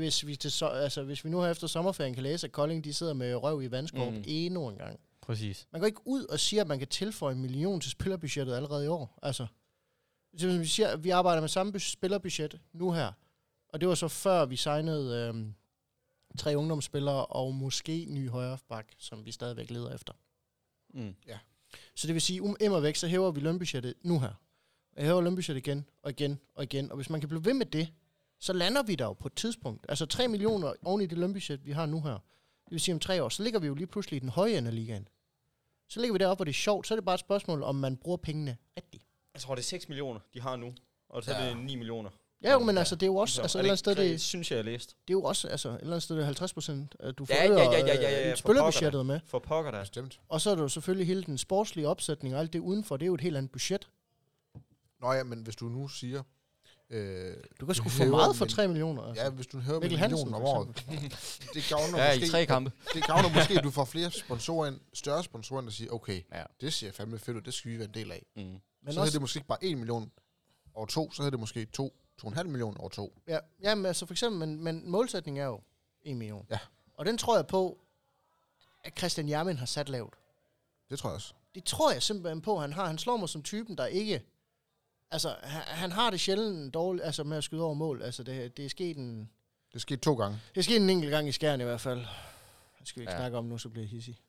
hvis vi nu her efter sommerferien kan læse, at Kolding de sidder med røv i vandskorp endnu en gang. Præcis. Man går ikke ud og siger, at man kan tilføje 1 million til spillerbudgettet allerede i år. Altså, vi siger, at vi arbejder med samme spillerbudget nu her. Og det var så før vi signede 3 ungdomsspillere og måske ny højreback, som vi stadigvæk leder efter. Ja. Så det vil sige, immer væk, så hæver vi lønbudgettet nu her. Jeg hæver lønbudgettet igen og igen og igen. Og hvis man kan blive ved med det, så lander vi der jo på et tidspunkt. Altså 3 millioner oven i det lønbudget, vi har nu her. Det vil sige, om 3 år, så ligger vi jo lige pludselig i den høje ende af ligaen. Så ligger vi deroppe, hvor det er sjovt. Så er det bare et spørgsmål, om man bruger pengene rigtigt. Jeg tror, det er 6 millioner, de har nu. Og så er det 9 millioner. Ja, jo, men altså, det er jo også... Altså, et eller andet sted, det synes jeg, jeg læst. Det er jo også, altså, et eller andet sted, det er 50%, du ja, spillerbudgettet med. For pokker der. Bestemt. Og så er der jo selvfølgelig hele den sportslige opsætning og alt det udenfor. Det er jo et helt andet budget. Nå ja, men hvis du nu siger... du kan sgu få meget for 3 millioner. Altså. Ja, hvis du hører 1 million om året. Det gavner måske... i 3 kampe. Det gavner måske, at du får flere sponsorer ind, større sponsorer, der siger, okay, det ser fandme fedt ud, det skal vi være en del af. Men så hedder det måske ikke bare 1 million over 2, så hedder det måske 2,5 millioner over 2. Ja, men altså for eksempel, men målsætningen er jo 1 million. Ja. Og den tror jeg på, at Christian Hjermind har sat lavt. Det tror jeg også. Det tror jeg simpelthen på, han har. Han slår mig som typen, der ikke... Altså, han har det sjældent dårligt, altså med at skyde over mål. Altså, det er sket en... Det er sket 2 gange. Det er sket en enkelt gang i Skjern i hvert fald. Det skal vi ikke snakke om nu, så bliver jeg hissig.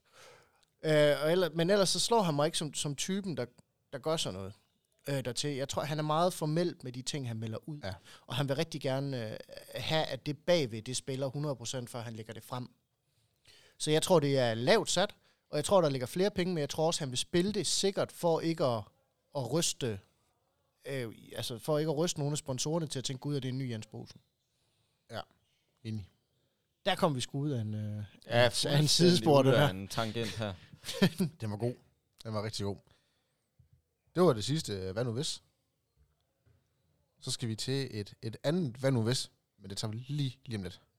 Men ellers så slår han mig ikke som typen, der gør sådan noget dertil. Jeg tror, han er meget formel med de ting, han melder ud. Ja. Og han vil rigtig gerne have, at det bagved, det spiller 100%, før han lægger det frem. Så jeg tror, det er lavt sat, og jeg tror, der ligger flere penge, men jeg tror også, han vil spille det sikkert for ikke at ryste... for ikke at ryste nogle af sponsorerne til at tænke, gud, at det er en ny Jens Bosen. Ja, enig. Der kom vi sgu ud af en sidespor, det der. En tangent her. Den var god. Den var rigtig god. Det var det sidste, hvad nu hvis? Så skal vi til et andet, hvad nu hvis? Men det tager vi lige om lidt.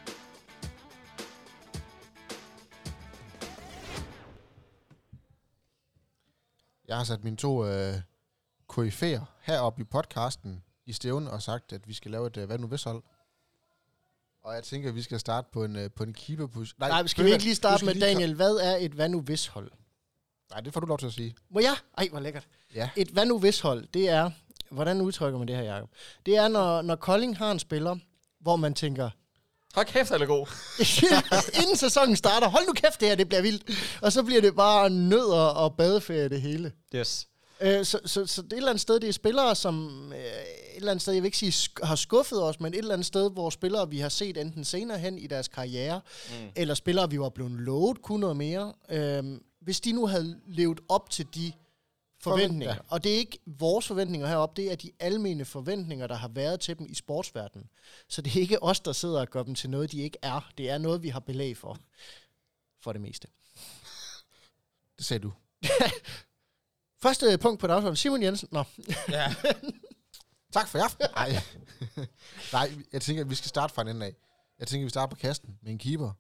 Jeg har sat mine 2 koryfæer heroppe i podcasten i stævne og sagt, at vi skal lave et hvad nu hvis hold. Og jeg tænker, at vi skal starte på en keeper-position. Nej, skal vi ikke lige starte med, Daniel? Hvad er et hvad nu hvis hold? Nej, det får du lov til at sige. Må jeg? Ej, hvor lækkert. Ja. Et hvad nu hvis hold, det er... Hvordan udtrykker man det her, Jacob? Det er, når Kolding har en spiller, hvor man tænker... Hold kæft, eller god. Inden sæsonen starter, hold nu kæft, det bliver vildt. Og så bliver det bare nødder og badeferie, det hele. Yes. Så det er et eller andet sted, det er spillere, som et eller andet sted, jeg vil ikke sige, har skuffet os, men et eller andet sted, hvor spillere, vi har set enten senere hen i deres karriere, eller spillere, vi var blevet lovet, kunne noget mere. Hvis de nu havde levet op til de forventninger, og det er ikke vores forventninger heroppe, det er de almene forventninger, der har været til dem i sportsverdenen. Så det er ikke os, der sidder og gør dem til noget, de ikke er. Det er noget, vi har belæg for det meste. Det sagde du. Første punkt på dagsordenen, Simon Jensen. Nå. Ja. Tak for jer. Nej, jeg tænker, at vi skal starte fra en ende af. Jeg tænker, at vi starter på kasten med en keeper.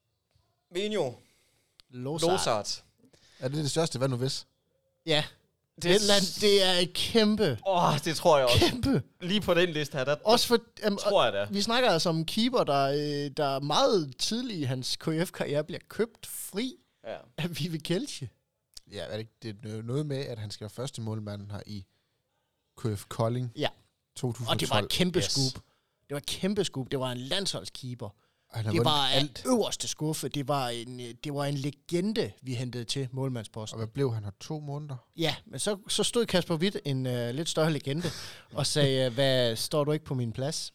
Vinjo. Losart. Losart. Er det største, hvad nu hvis? Ja. Det er et kæmpe. Det tror jeg også. Kæmpe. Lige på den liste her, der Også for, tror jeg det. Vi snakker altså om en keeper, der meget tidligt i hans KF-karriere bliver købt fri af Vive Kelce. Ja, er det er noget med, at han skal være første målmand her i KF Kolding 2012. Og det var et kæmpe scoop. Det var et kæmpe scoop. Det var en landsholdskeeper. Det var alt. Øverste skuffe. Det var en legende, vi hentede til målmandsposten. Og hvad blev han her? 2 måneder? Ja, men så stod Kasper Hvidt, en lidt større legende, og sagde, hvad står du ikke på min plads?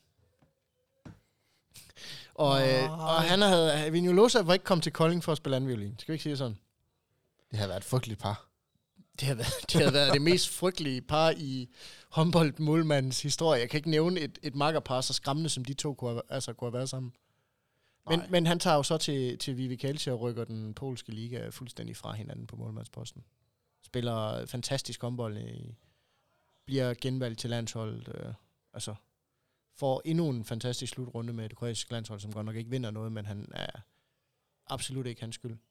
Og han havde... Vignolosa var ikke kommet til Kolding for at spille anden violin. Skal vi ikke sige sådan? Det har været et frygteligt par. Det har været det mest frygtelige par i håndboldmålmandens historie. Jeg kan ikke nævne et makkerpar så skræmmende, som de to kunne have været sammen. Men han tager jo så til Vive Kelce og rykker den polske liga fuldstændig fra hinanden på målmandsposten. Spiller fantastisk håndbold, bliver genvalgt til landsholdet. Får endnu en fantastisk slutrunde med det kroatiske landshold, som godt nok ikke vinder noget, men han er absolut ikke hans skyld.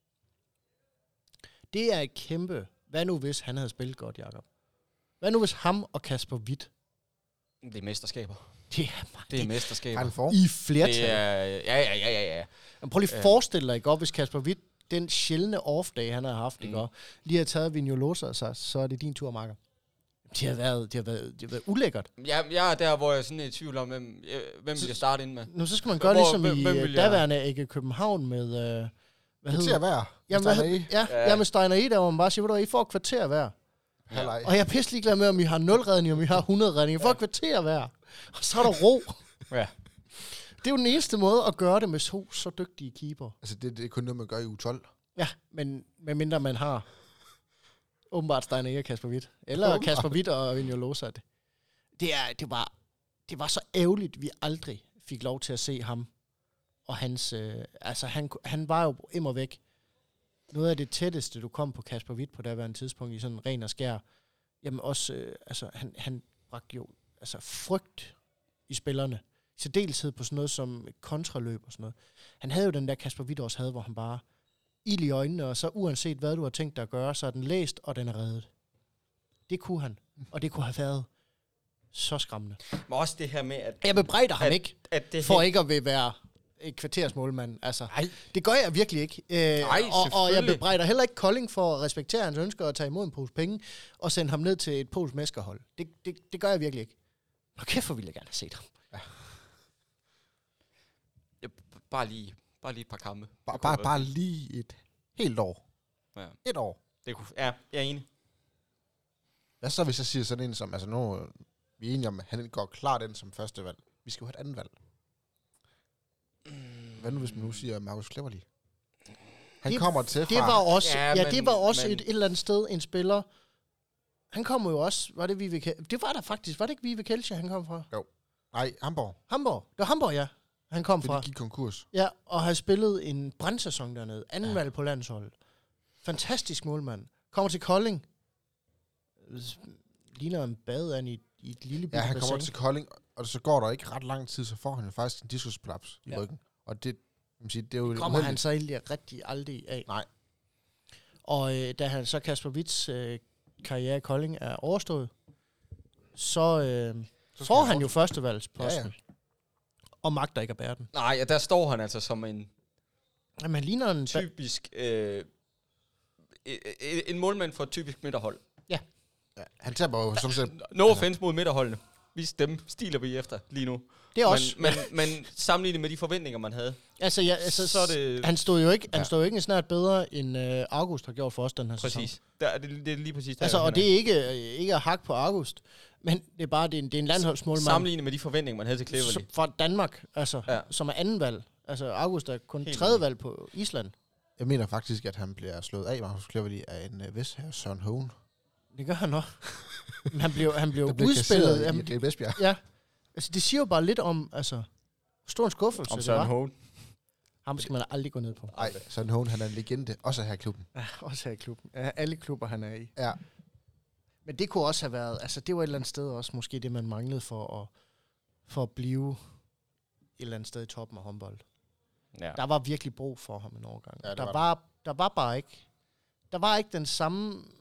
Det er et kæmpe... Hvad nu hvis han havde spillet godt, Jakob? Hvad nu hvis ham og Kasper Hvidt? Det er mesterskaber. Det er mesterskaber. I flertal. Det er, ja. Men prøv lige at forestille dig, ikke? Hvis Kasper Hvidt, den sjældne off-day, han har haft, ikke? Lige har taget Vignolosa, så er det din tur, Marker. Det har været ulækkert. Jeg er der, hvor jeg sådan er i tvivl om, hvem vil jeg starte ind med. Nu så skal man gøre ligesom i daværende AG København med... Hvad hedder hver? Med Steiner E, der hvor man bare siger, I får et kvarter hver. Ja. Og jeg er pisselig ligeglad med, om I har 0 redninger, om I har 100 redninger. I får et kvarter hver. Og så er der ro. Ja. Det er jo den eneste måde at gøre det med så dygtige keeper. Altså, det er kun noget, man gør i U12. Ja, men medmindre man har åbenbart Steiner E og Kasper Hvidt. Eller Kasper Hvidt og Vignolosa. Det var så ærgerligt, vi aldrig fik lov til at se ham. Og hans, han var jo immer væk noget af det tætteste, du kom på Kasper Hvidt på daværende tidspunkt i sådan ren og skær. Jamen også, han bragte jo frygt i spillerne. I særdeleshed på sådan noget som kontraløb og sådan noget. Han havde jo den der Kasper Hvidt også havde, hvor han bare ild i øjnene, og så uanset hvad du har tænkt dig at gøre, så er den læst, og den er reddet. Det kunne han, og det kunne have været så skræmmende. Men også det her med, at... Jeg bebrejder ham ikke, det for ikke at vil være et kvartersmålmand. Det gør jeg virkelig ikke. Og jeg bebrejder heller ikke Kolding for at respektere hans ønsker og tage imod en pose penge og sende ham ned til et polsk mesterhold. Det gør jeg virkelig ikke. Nå kæft, hvor ville jeg gerne have set ham. Ja. Bare lige et par kampe. Bare lige et helt år. Ja. Et år. Det kunne, jeg er enig. Hvad så, hvis jeg siger sådan en som... Altså nu vi er enige om, at han går klart ind som første valg. Vi skal jo have et andet valg. Hvad nu, hvis man nu siger Markus Cleverly? Han kommer til fra... Det var også, et eller andet sted en spiller. Han kommer jo også... Var det Vive Kelce? Det var der faktisk. Var det ikke Vive Kelce, han kom fra? Jo. Nej, Hamburg. Det var Hamburg, ja. Han kom fra. Det gik konkurs. Ja, og har spillet en brandsæson dernede. Anden valg på landsholdet. Fantastisk målmand. Kommer til Kolding. Ligner en badeand i et lille bassin. Ja, han kommer til Kolding, og så går der ikke ret lang tid, så får han jo faktisk en diskusplaps i ryggen. Og det er jo... Det kommer han så rigtig aldrig af. Nej. Og da han så Kasper Hvidts karriere i Kolding er overstået, så får han jo førstevalgsposten. Ja. Og magter ikke at bære den. Nej, ja, der står han altså som en... Jamen, han ligner en... Typisk... en målmand for et typisk midterhold. Ja. Han taber jo som sagt... No offense mod midterholdene. Dem stiler vi efter lige nu. Det er også... Men sammenlignet med de forventninger, man havde. Så er det... Han stod jo ikke snart bedre, end August har gjort for os den her sæson. Præcis. Det er lige præcis der. Altså, og det er ikke at hakke på August, men det er bare det er en landsholdsmålmand. Sammenlignet med de forventninger, man havde til Cleverly. Fra Danmark, som er anden valg. Altså, August er kun tredje valg på Island. Jeg mener faktisk, at han bliver slået af, Markus Cleverly, af en vestherre, Søren Hohen. Det gør han også. Men han blev udspillet. Det er Vestbjerg. Ja. Altså, det siger jo bare lidt om, stor en skuffelse. Om Søren Hohen. Ham skal man aldrig gå ned på. Nej, Søren Hohen, han er en legende, også her i klubben. Ja, også her i klubben. Ja, alle klubber, han er i. Ja. Men det kunne også have været, det var et eller andet sted også måske det, man manglede for at blive et eller andet sted i toppen af håndbold. Ja. Der var virkelig brug for ham en overgang. Ja, der var bare ikke den samme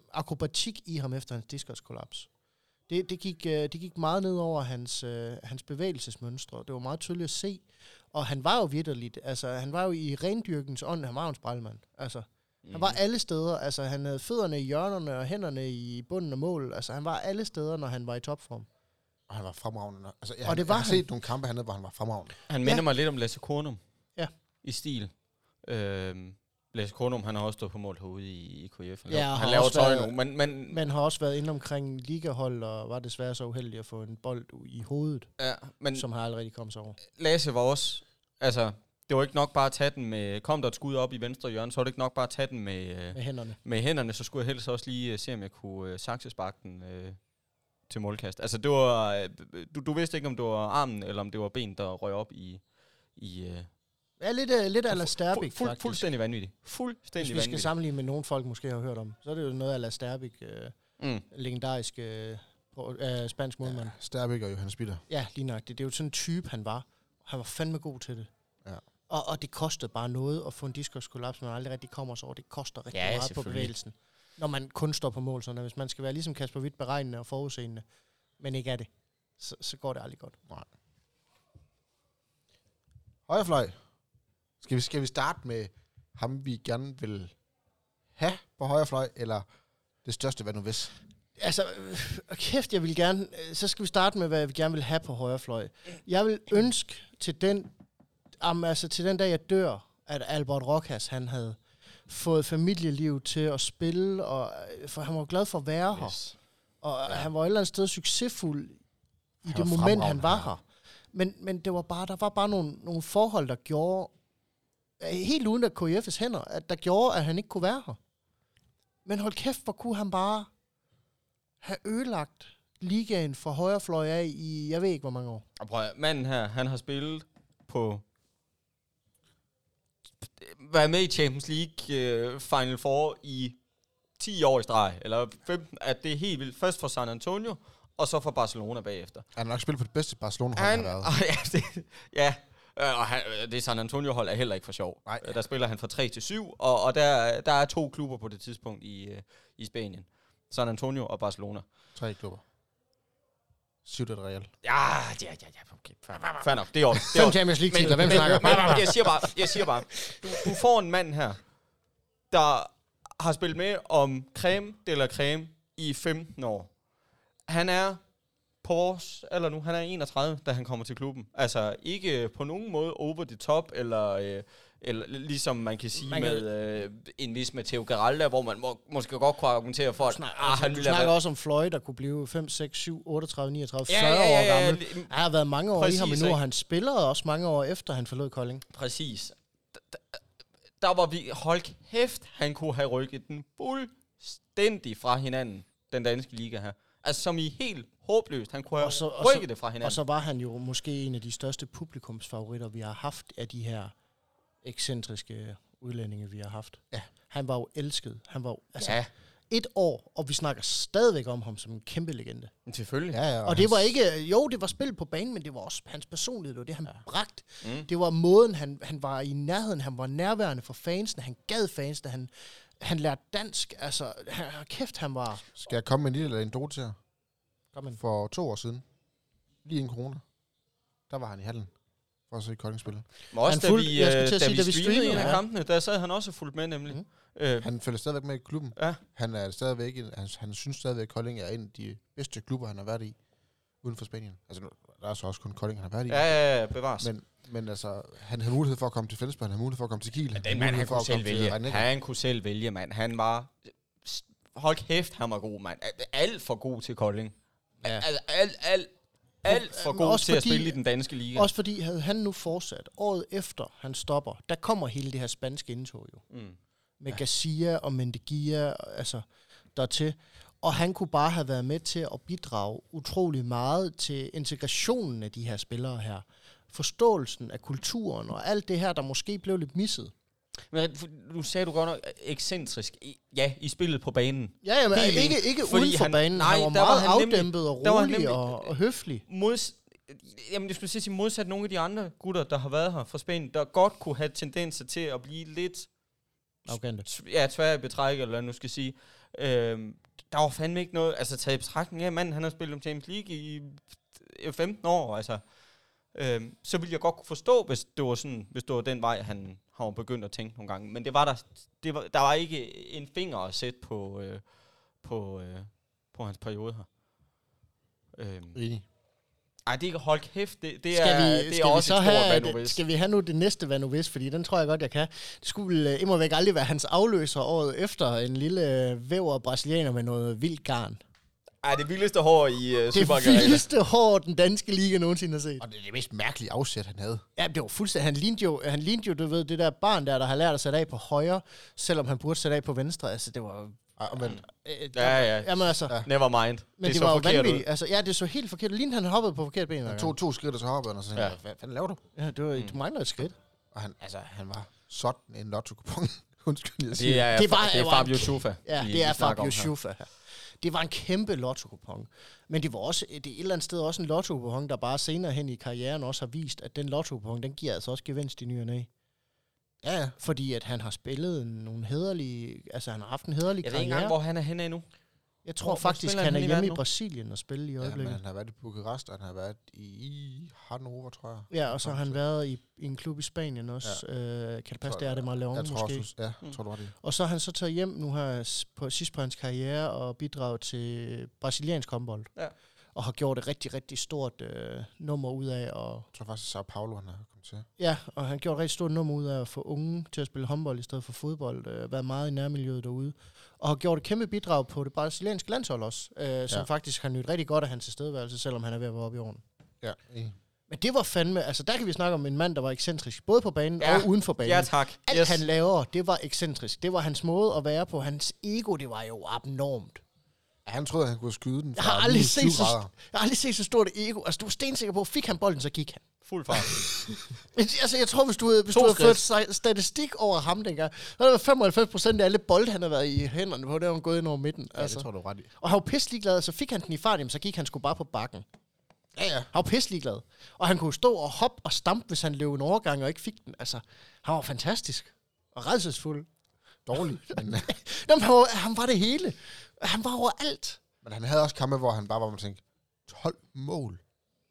akrobatik i ham efter hans diskoskollaps. Det gik meget ned over hans bevægelsesmønstre. Det var meget tydeligt at se. Og han var jo vitterligt, altså han var jo i rendyrkens ånd, han var jo en spejlmand. Altså, han var alle steder. Altså, han havde fødderne i hjørnerne og hænderne i bunden af mål. Altså, han var alle steder, når han var i topform. Og han var fremragende. Altså, Og det var jeg har set nogle kampe hernede, hvor han var fremragende. Han minder mig lidt om Lasse Kornum. Ja. I stil. Lasse Kornum, han har også stået på mål herude i KF. Ja, Han laver tøj nu, men har også været inde omkring ligahold, og var desværre så uheldig at få en bold i hovedet, ja, men som har aldrig kommet sig over. Lasse var også, altså, det var ikke nok bare at tage den med, kom der et skud op i venstre hjørne, så var det ikke nok bare at tage den med hænderne, så skulle jeg helst også lige se, om jeg kunne saksesparke den til målkast. Altså, det var, du vidste ikke, om det var armen, eller om det var ben, der røg op i Ja, lidt ala Sterbik, faktisk. Fuldstændig vanvittigt. Hvis vi skal sammenligne med nogle folk måske har hørt om, så er det jo noget ala Sterbik, legendarisk spansk målmand. Ja, Sterbik og Johannes Bitter. Ja, lige nøjagtigt. Det er jo sådan en type, han var. Han var fandme god til det. Ja. Og det kostede bare noget at få en diskoskollaps, man aldrig rigtig kommer så over. Det koster rigtig meget på bevægelsen. Når man kun står på mål, sådan hvis man skal være ligesom Kasper Hvidt beregnende og forudseende, men ikke er det, så går det aldrig godt. Nej. Højrefløj. Skal vi starte med ham, vi gerne vil have på højrefløj, eller det største, hvad nu hvis? Altså, kæft, jeg vil gerne... Så skal vi starte med, hvad vi gerne vil have på højrefløj. Jeg vil ønske til den dag, jeg dør, at Albert Rokas, han havde fået familieliv til at spille, og for han var glad for at være her. Og han var et eller andet sted succesfuld i det moment, han var her. Men det var bare, der var bare nogle forhold, der gjorde, helt uden at KF's hænder, at der gjorde, at han ikke kunne være her. Men hold kæft, hvor kunne han bare have ødelagt ligaen for højrefløj af i, jeg ved ikke, hvor mange år. Og prøv, manden her, han har spillet på... været med i Champions League Final Four i 10 år i streg, eller 15, at det er helt vildt. Først for San Antonio, og så for Barcelona bagefter. Han har nok spillet på det bedste Barcelona-hold, han har været. Det San Antonio-hold er heller ikke for sjov. Nej. Der spiller han fra 3 til 7, og der er 2 klubber på det tidspunkt i Spanien. San Antonio og Barcelona. 3 klubber. Ciudad Real. Ja, okay. Fair nok, det er også. 5 Champions League-titler, hvem snakker? Jeg siger bare, du får en mand her, der har spillet med om creme eller creme i 15 år. Han er på vores alder nu, han er 31, da han kommer til klubben. Altså ikke på nogen måde over the top, eller ligesom man kan sige med en vis Matteo Garalda, hvor man måske godt kunne argumentere for, at du snakker også om Floyd, der kunne blive 5, 6, 7, 38, 39, 40 år gammel. Han har været mange år i ham endnu, og han spiller også mange år efter, han forlod Kolding. Præcis. Der var vi, hold kæft, han kunne have rykket den fuldstændig fra hinanden, den danske liga her. Altså som i helt håbløst. Han kunne have rykket det fra hinanden. Og så var han jo måske en af de største publikumsfavoritter, vi har haft af de her ekscentriske udlændinge, vi har haft. Ja. Han var jo elsket. Han var jo, 1 år, og vi snakker stadigvæk om ham som en kæmpe legende. Selvfølgelig. Ja, og det var ikke, det var spil på banen, men det var også hans personlighed, det var det, han bragte. Det var måden, han var i nærheden, han var nærværende for fansene, han gad fansene, han lærte dansk, altså, kæft, han var... Skal jeg komme med en lille anekdote til jer? For 2 år siden, lige inden corona, der var han i hallen for at se Kolding spille. Men også da vi streamede en af kampene, der sad han også fuldt med, nemlig. Han følger stadigvæk med i klubben. Ja. Han er stadigvæk, han synes stadigvæk, at Kolding er en af de bedste klubber, han har været i uden for Spanien. Altså, der er så også kun Kolding, han har været i. Ja, bevares. Men altså, han havde mulighed for at komme til Fællesberg, han havde mulighed for at komme til Kiel. Den mand, han kunne selv vælge. Han kunne selv vælge, mand. Han var... Hold kæft, han var god, mand. Alt for god til Kolding. Ja. Alt for god til at spille i den danske liga. Også fordi, havde han nu fortsat året efter han stopper, der kommer hele det her spanske indtog jo. Med Garcia og Mendeguia, altså dertil. Og han kunne bare have været med til at bidrage utrolig meget til integrationen af de her spillere her. Forståelsen af kulturen og alt det her, der måske blev lidt misset. Men nu sagde du godt nok ekscentrisk. Ja, i spillet på banen. Ja, men ikke uden for banen. Nej, han var meget afdæmpet og rolig og høflig. Jamen, jeg skulle sige modsat nogle af de andre gutter, der har været her fra Spanien, der godt kunne have tendenser til at blive lidt arrogante. Ja, tvær i betræk, eller hvad nu skal sige. Der var fandme ikke noget, altså taget i betragtning af, manden han har spillet om Champions League i 15 år, altså. Så ville jeg godt kunne forstå, hvis det var den vej, han var begyndt at tænke nogle gange. Men det var der var ikke en finger at sætte på hans periode her. Enig. Ej, det er ikke hold kæft. Det er også et stort hvad nu hvis. Skal vi have nu det næste hvad nu hvis? Fordi den tror jeg godt, jeg kan. Det skulle immer væk aldrig være hans afløser året efter en lille væver brasilianer med noget vildt garn. Ej, det vildeste hår i Superligaen. Det vildeste hår, den danske liga nogensinde har set. Og det er det mest mærkelige afsæt, han havde. Ja, det var fuldstændig. Han lignede jo, du ved, det der barn der har lært at sætte af på højre, selvom han burde sætte af på venstre. Altså, det var... Ja. Jamen altså... Ja. Never mind. Men det var jo vanvittigt. Altså, ja, det så helt forkert. Lignede han hoppede på forkert ben. Han tog 2 skridt, og så hoppede han, og så sagde hvad fanden laver du? Ja, det var, du mangler et skridt. Og han var sådan en lotto-kupon. Undskyld, jeg siger. Det er Fabio Schufa. Ja, det er Fabio Schufa. Det var en kæmpe lotto-kupon. Men det var også, det er et eller andet sted også en lotto-kupon, der bare senere hen i karrieren også har vist, at den lotto-kupon, den giver altså også gevinst i ny og næ. Ja. Fordi at han har spillet nogle hæderlige, altså han har haft en hæderlig karriere. Jeg ved ikke engang, hvor han er henne endnu. Jeg tror faktisk, han er hjemme i Brasilien og spiller i øjeblikket. Ja, men han har været i Bukarest, og han har været i Hannover, tror jeg. Ja, og så har han været i en klub i Spanien også. Ja. Kan det passe, det er det Marleon måske? Ja, tror du det. Og så har han så taget hjem nu her sidst på hans karriere og bidraget til brasiliansk håndbold. Ja. Og har gjort et rigtig, rigtig stort nummer ud af. Og jeg tror faktisk, at Sao Paulo han har kommet til. Ja, og han gjort et rigtig stort nummer ud af at få unge til at spille håndbold i stedet for fodbold. Været meget i nærmiljøet derude. Og har gjort et kæmpe bidrag på det brasilianske landshold også. Som faktisk har nydt rigtig godt af hans tilstedeværelse, selvom han er ved at være oppe i årene. Ja. Men det var fandme, altså der kan vi snakke om en mand, der var ekscentrisk, både på banen og uden for banen. Ja, tak. Alt han laver, det var ekscentrisk. Det var hans måde at være på. Hans ego, det var jo abnormt. Ja, han troede, at han kunne skyde den. Jeg har aldrig set så stort et ego. Altså, du var stensikker på, fik han bolden, så gik han. Fuld fart. Altså, jeg tror, hvis du havde ført statistik over ham dengang, så havde det 95% af alle bolde, han har været i hænderne på, det var gået ind over midten. Ja, altså. Det tror du ret i. Og han var pisselig glad, så fik han den i fart, så gik han sgu bare på bakken. Ja. Han var pisselig glad. Og han kunne stå og hoppe og stampe, hvis han løb en overgang og ikke fik den. Altså, han var fantastisk. Og rædselsfuld. Dårlig. Men jamen, han var det hele. Han var overalt. Men han havde også kampe, hvor han bare var, man tænkte, 12 mål.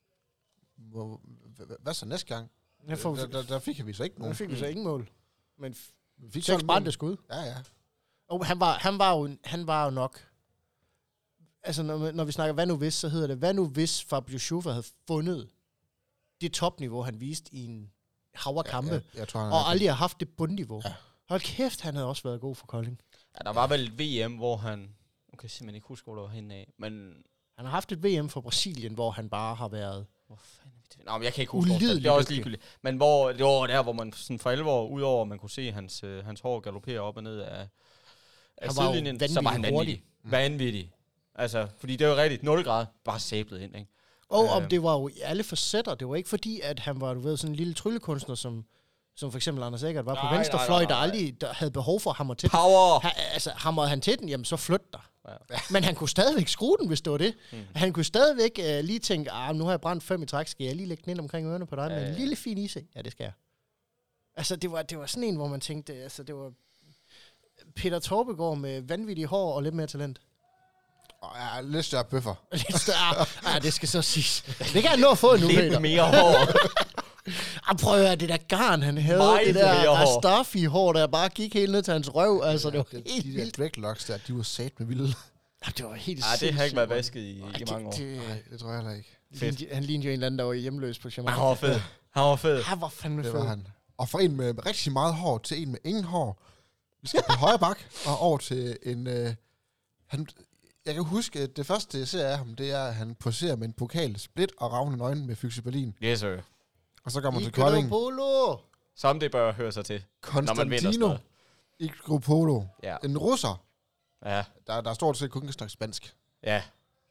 Hvad så næste gang? Der fik vi så ikke nogen. Der fik vi så ingen mål. Men vi fik 6 brændte skud. Ja. Og han var jo nok... Altså, når vi snakker hvad nu hvis, så hedder det, hvad nu hvis Fabio Schufa havde fundet det topniveau, han viste i en hav af kampe, og aldrig har haft det bundniveau. Ja. Hold kæft, han havde også været god for Kolding. Ja, der var vel et VM, hvor han... Nu kan jeg simpelthen ikke huske, hvor der var henne af, men... Han har haft et VM for Brasilien, hvor han bare har været... Hvor fanden er det? Nå, men jeg kan ikke huske, det er også ligegyldigt. Men hvor, det var der, hvor man sådan for alvor, udover man kunne se hans hår galoppere op og ned af sidelinjen, så var han vanvittig. Vanvittig. Altså, fordi det var rigtigt 0 grader, bare sablet ind, ikke? Og om det var jo i alle facetter. Det var ikke fordi, at han var, du ved, sådan en lille tryllekunstner, som for eksempel Anders Eggert var på venstrefløj, der aldrig havde behov for at hamre til power. Altså, hamrede han til den, jamen så flyt dig. Ja. Men han kunne stadigvæk skrue den, hvis det var det. Han kunne stadigvæk lige tænke, nu har jeg brændt 5 i træk, skal jeg lige lægge den ind omkring ørerne på dig med en lille fin ise? Ja, det skal jeg. Altså, det var sådan en, hvor man tænkte, altså, det var Peter Torbegaard med vanvittige hår og lidt mere talent. Ja, lidt større bøffer. Lidt større. Ja, det skal så siges. Det kan han nå at få nu, Peter. Lidt mere hår. Prøv at høre, det der garn, han havde. Meget det der Staffy-hår, der bare gik helt ned til hans røv. Altså, det var helt vildt. De der dreadlocks der, de var sat med vilde. Ja, det var helt sindssygt. Det har ikke været vasket i mange år. Nej, det tror jeg heller ikke. Han lignede jo en eller anden, der var hjemløs på Jamaica. Han var fed. Han var fandme fed. Det var han. Og fra en med rigtig meget hår til en med ingen hår. Vi skal på højre bak og over til en... Jeg kan huske, at det første, jeg ser af ham, det er, at han poserer med en pokal, split og ravne øjne med Fyxe Berlin. Yes, sir. Og så kommer man til Kolding. Som det bør høre sig til, når man vinder sådan noget. Igropolo. Ja. En russer. Ja. Der stort set kun kan snakke spansk. Ja.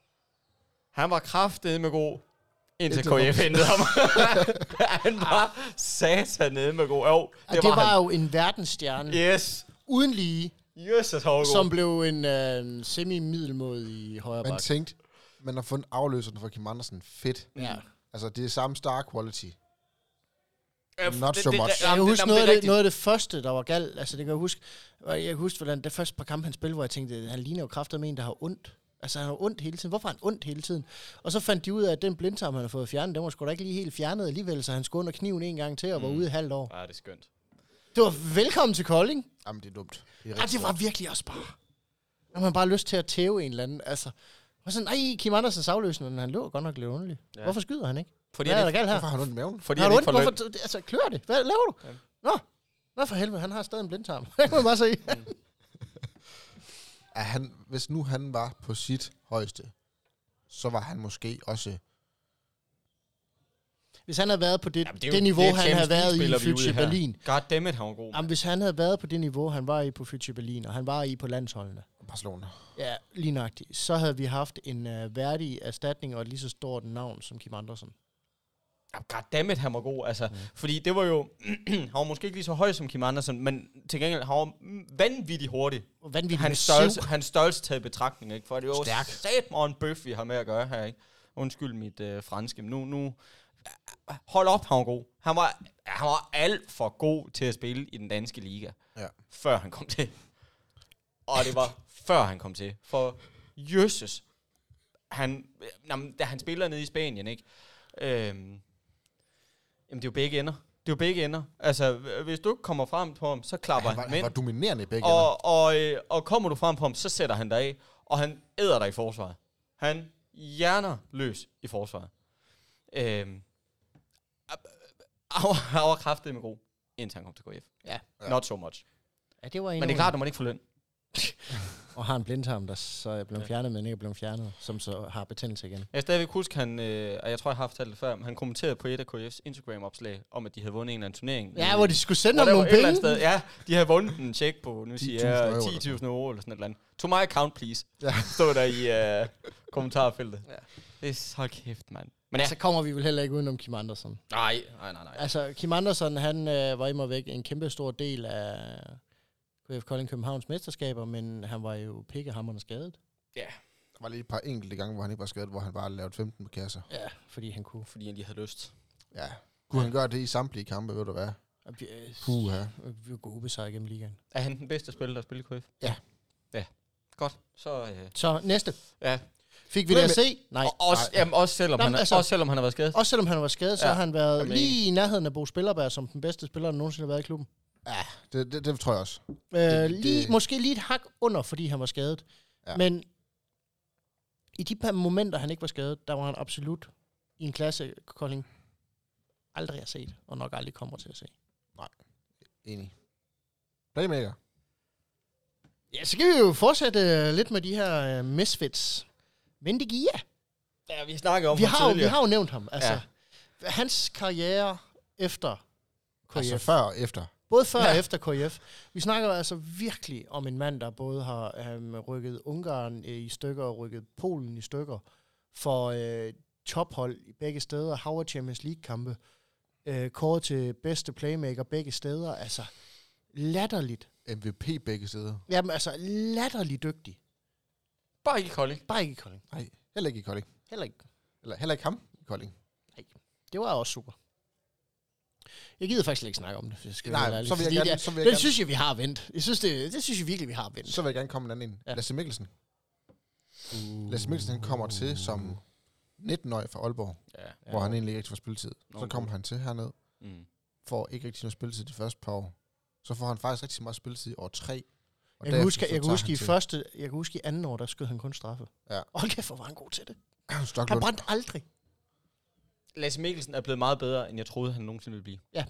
Han var kraftedeme god, indtil KF hentede ham. Han var satanede med god. Jo, det var jo en verdensstjerne. Yes. Uden lige. Jesus, som blev en semi-middelmåde i højre bak. Man tænkte, man har fundet afløseren for Kim Andersen. Fedt. Ja. Altså, det er samme star quality. Not so much. Jeg kan huske noget af det første, der var galt. Altså, det kan jeg kan huske, hvordan det første par kampe, han spillede, hvor jeg tænkte, han ligner jo kraftigt med en, der har ondt. Altså, han har ondt hele tiden. Hvorfor har han ondt hele tiden? Og så fandt de ud af, at den blindtarm, han har fået fjernet, den var sgu da ikke lige helt fjernet alligevel, så han skulle under kniven en gang til og var ude i halvt år. Ja, det er skønt. Det var velkommen til Kolding. Jamen, det er dumt. Det var virkelig også bare... Når man bare har lyst til at tæve en eller anden. Altså, og sådan, Kim Andersens afløsning, han lå godt nok lidt underligt. Ja. Hvorfor skyder han ikke? Fordi hvad er der galt her? Hvorfor har du ondt i maven? Fordi har han du ikke ondt? får løn. Hvorfor, altså, klør det? Hvad laver du? Ja. Nå, for helvede, han har stadig en blindtarm. Det kan man bare sige. Hvis nu han var på sit højeste, så var han måske også... Hvis han havde været på det niveau, han havde været i Fytche Berlin. Goddammit, han var god. Jamen, hvis han havde været på det niveau, han var i på Fytche Berlin, og han var i på landsholdene. Barcelona. Ja, lige nøjagtigt. Så havde vi haft en værdig erstatning og et lige så stort navn som Kim Andersen. Goddammit, han var god. Altså, fordi det var jo... han var måske ikke lige så høj som Kim Andersen, men til gengæld, han var vanvittigt hurtig. Hans størrelse taget i betragtning, ikke? For det er jo satme en bøf, vi har med at gøre her, ikke? Undskyld mit franske. Nu hold op, han var god. Han var alt for god til at spille i den danske liga, før han kom til. Og det var før han kom til. For jøsses. Da han spiller nede i Spanien, ikke? Jamen, det er jo begge ender. Det er jo begge ender. Altså, hvis du kommer frem på ham, så klapper han var dominerende i begge ender. Og kommer du frem på ham, så sætter han dig af, og han æder dig i forsvaret. Han hjerner løs i forsvaret. Han var kraftigt med god, indtil han kom til KF. Ja. Not so much. Ja, det var men det er klart, at man ikke får løn. Og har en blindtarm, der så er blevet fjernet, men ikke er blevet fjernet, som så har betændelse igen. Jeg stadigvæk huske, og jeg tror, jeg har fortalt det før, han kommenterede på et af KF's Instagram-opslag, om at de havde vundet en eller anden turnering. Ja, hvor de skulle sende ham nogle penge. Sted. Ja, de havde vundet en check på, nu siger jeg, 10.000 euro eller sådan et eller andet. To my account, please. Ja. Stod der i kommentarfeltet. Ja. Det er så kæft, mand. Men så kommer vi vel heller ikke udenom Kim Andersen. Nej. Altså, Kim Andersen, han var immer væk en kæmpe stor del af KF Kolding Københavns mesterskaber, men han var jo pikkehammerende skadet. Ja. Der var lige et par enkelte gange, hvor han ikke var skadet, hvor han bare lavede 15 på kasser. Ja, fordi han kunne. Fordi han lige havde lyst. Ja. Kunne han gøre det i samtlige kampe, ved du hvad? Vi var gode besejret gennem ligaen. Er han den bedste spiller, der spiller i KF? Ja. Ja. Godt. Så næste. Ja. Fik vi det at se? Nej. Også selvom han har været skadet. Også selvom han var skadet, så har han været lige i nærheden af Bo Spillerberg, som den bedste spiller, der nogensinde har været i klubben. Ja, det tror jeg også. Måske lige et hak under, fordi han var skadet. Ja. Men i de par momenter, han ikke var skadet, der var han absolut i en klasse, Kolding aldrig har set, og nok aldrig kommer til at se. Nej, enig. Playmaker. Ja, så kan vi jo fortsætte lidt med de her misfits. Men det giver. Ja, vi snakker om ham tidligere. Vi har jo nævnt ham. Altså, hans karriere efter KF. Altså før og efter. Både før og efter KF. Vi snakker altså virkelig om en mand, der både har rykket Ungarn i stykker og rykket Polen i stykker for tophold i begge steder. Howard Champions League-kampe. Kåret til bedste playmaker begge steder. Altså, latterligt. MVP begge steder. Jamen, altså, latterligt dygtig. Bare ikke i Kolding. Nej, heller ikke i Kolding. Heller ikke ham i Kolding. Nej, det var også super. Jeg gider faktisk ikke snakke om det. Så vil jeg gerne... Det synes jeg, vi har vendt. Det synes jeg virkelig, vi har vendt. Så vil jeg gerne komme en anden ind. Ja. Lasse Mikkelsen. Lasse Mikkelsen, han kommer til som 19-årig fra Aalborg, hvor han egentlig ikke rigtig får spilletid. Så kommer han til herned, får ikke rigtig noget spilletid de første par år. Så får han faktisk rigtig meget spilletid i år 3. Jeg kan huske i anden år, der skød han kun straffe. Ja. Hold kæft, hvor var han god til det. Han brændte aldrig. Lasse Mikkelsen er blevet meget bedre, end jeg troede, han nogensinde ville blive. Ja.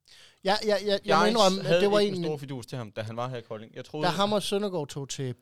Jeg må indrømme, at det var en stor fidus til ham, da han var her i Kolding. Jeg troede, da ham og Søndergaard tog til...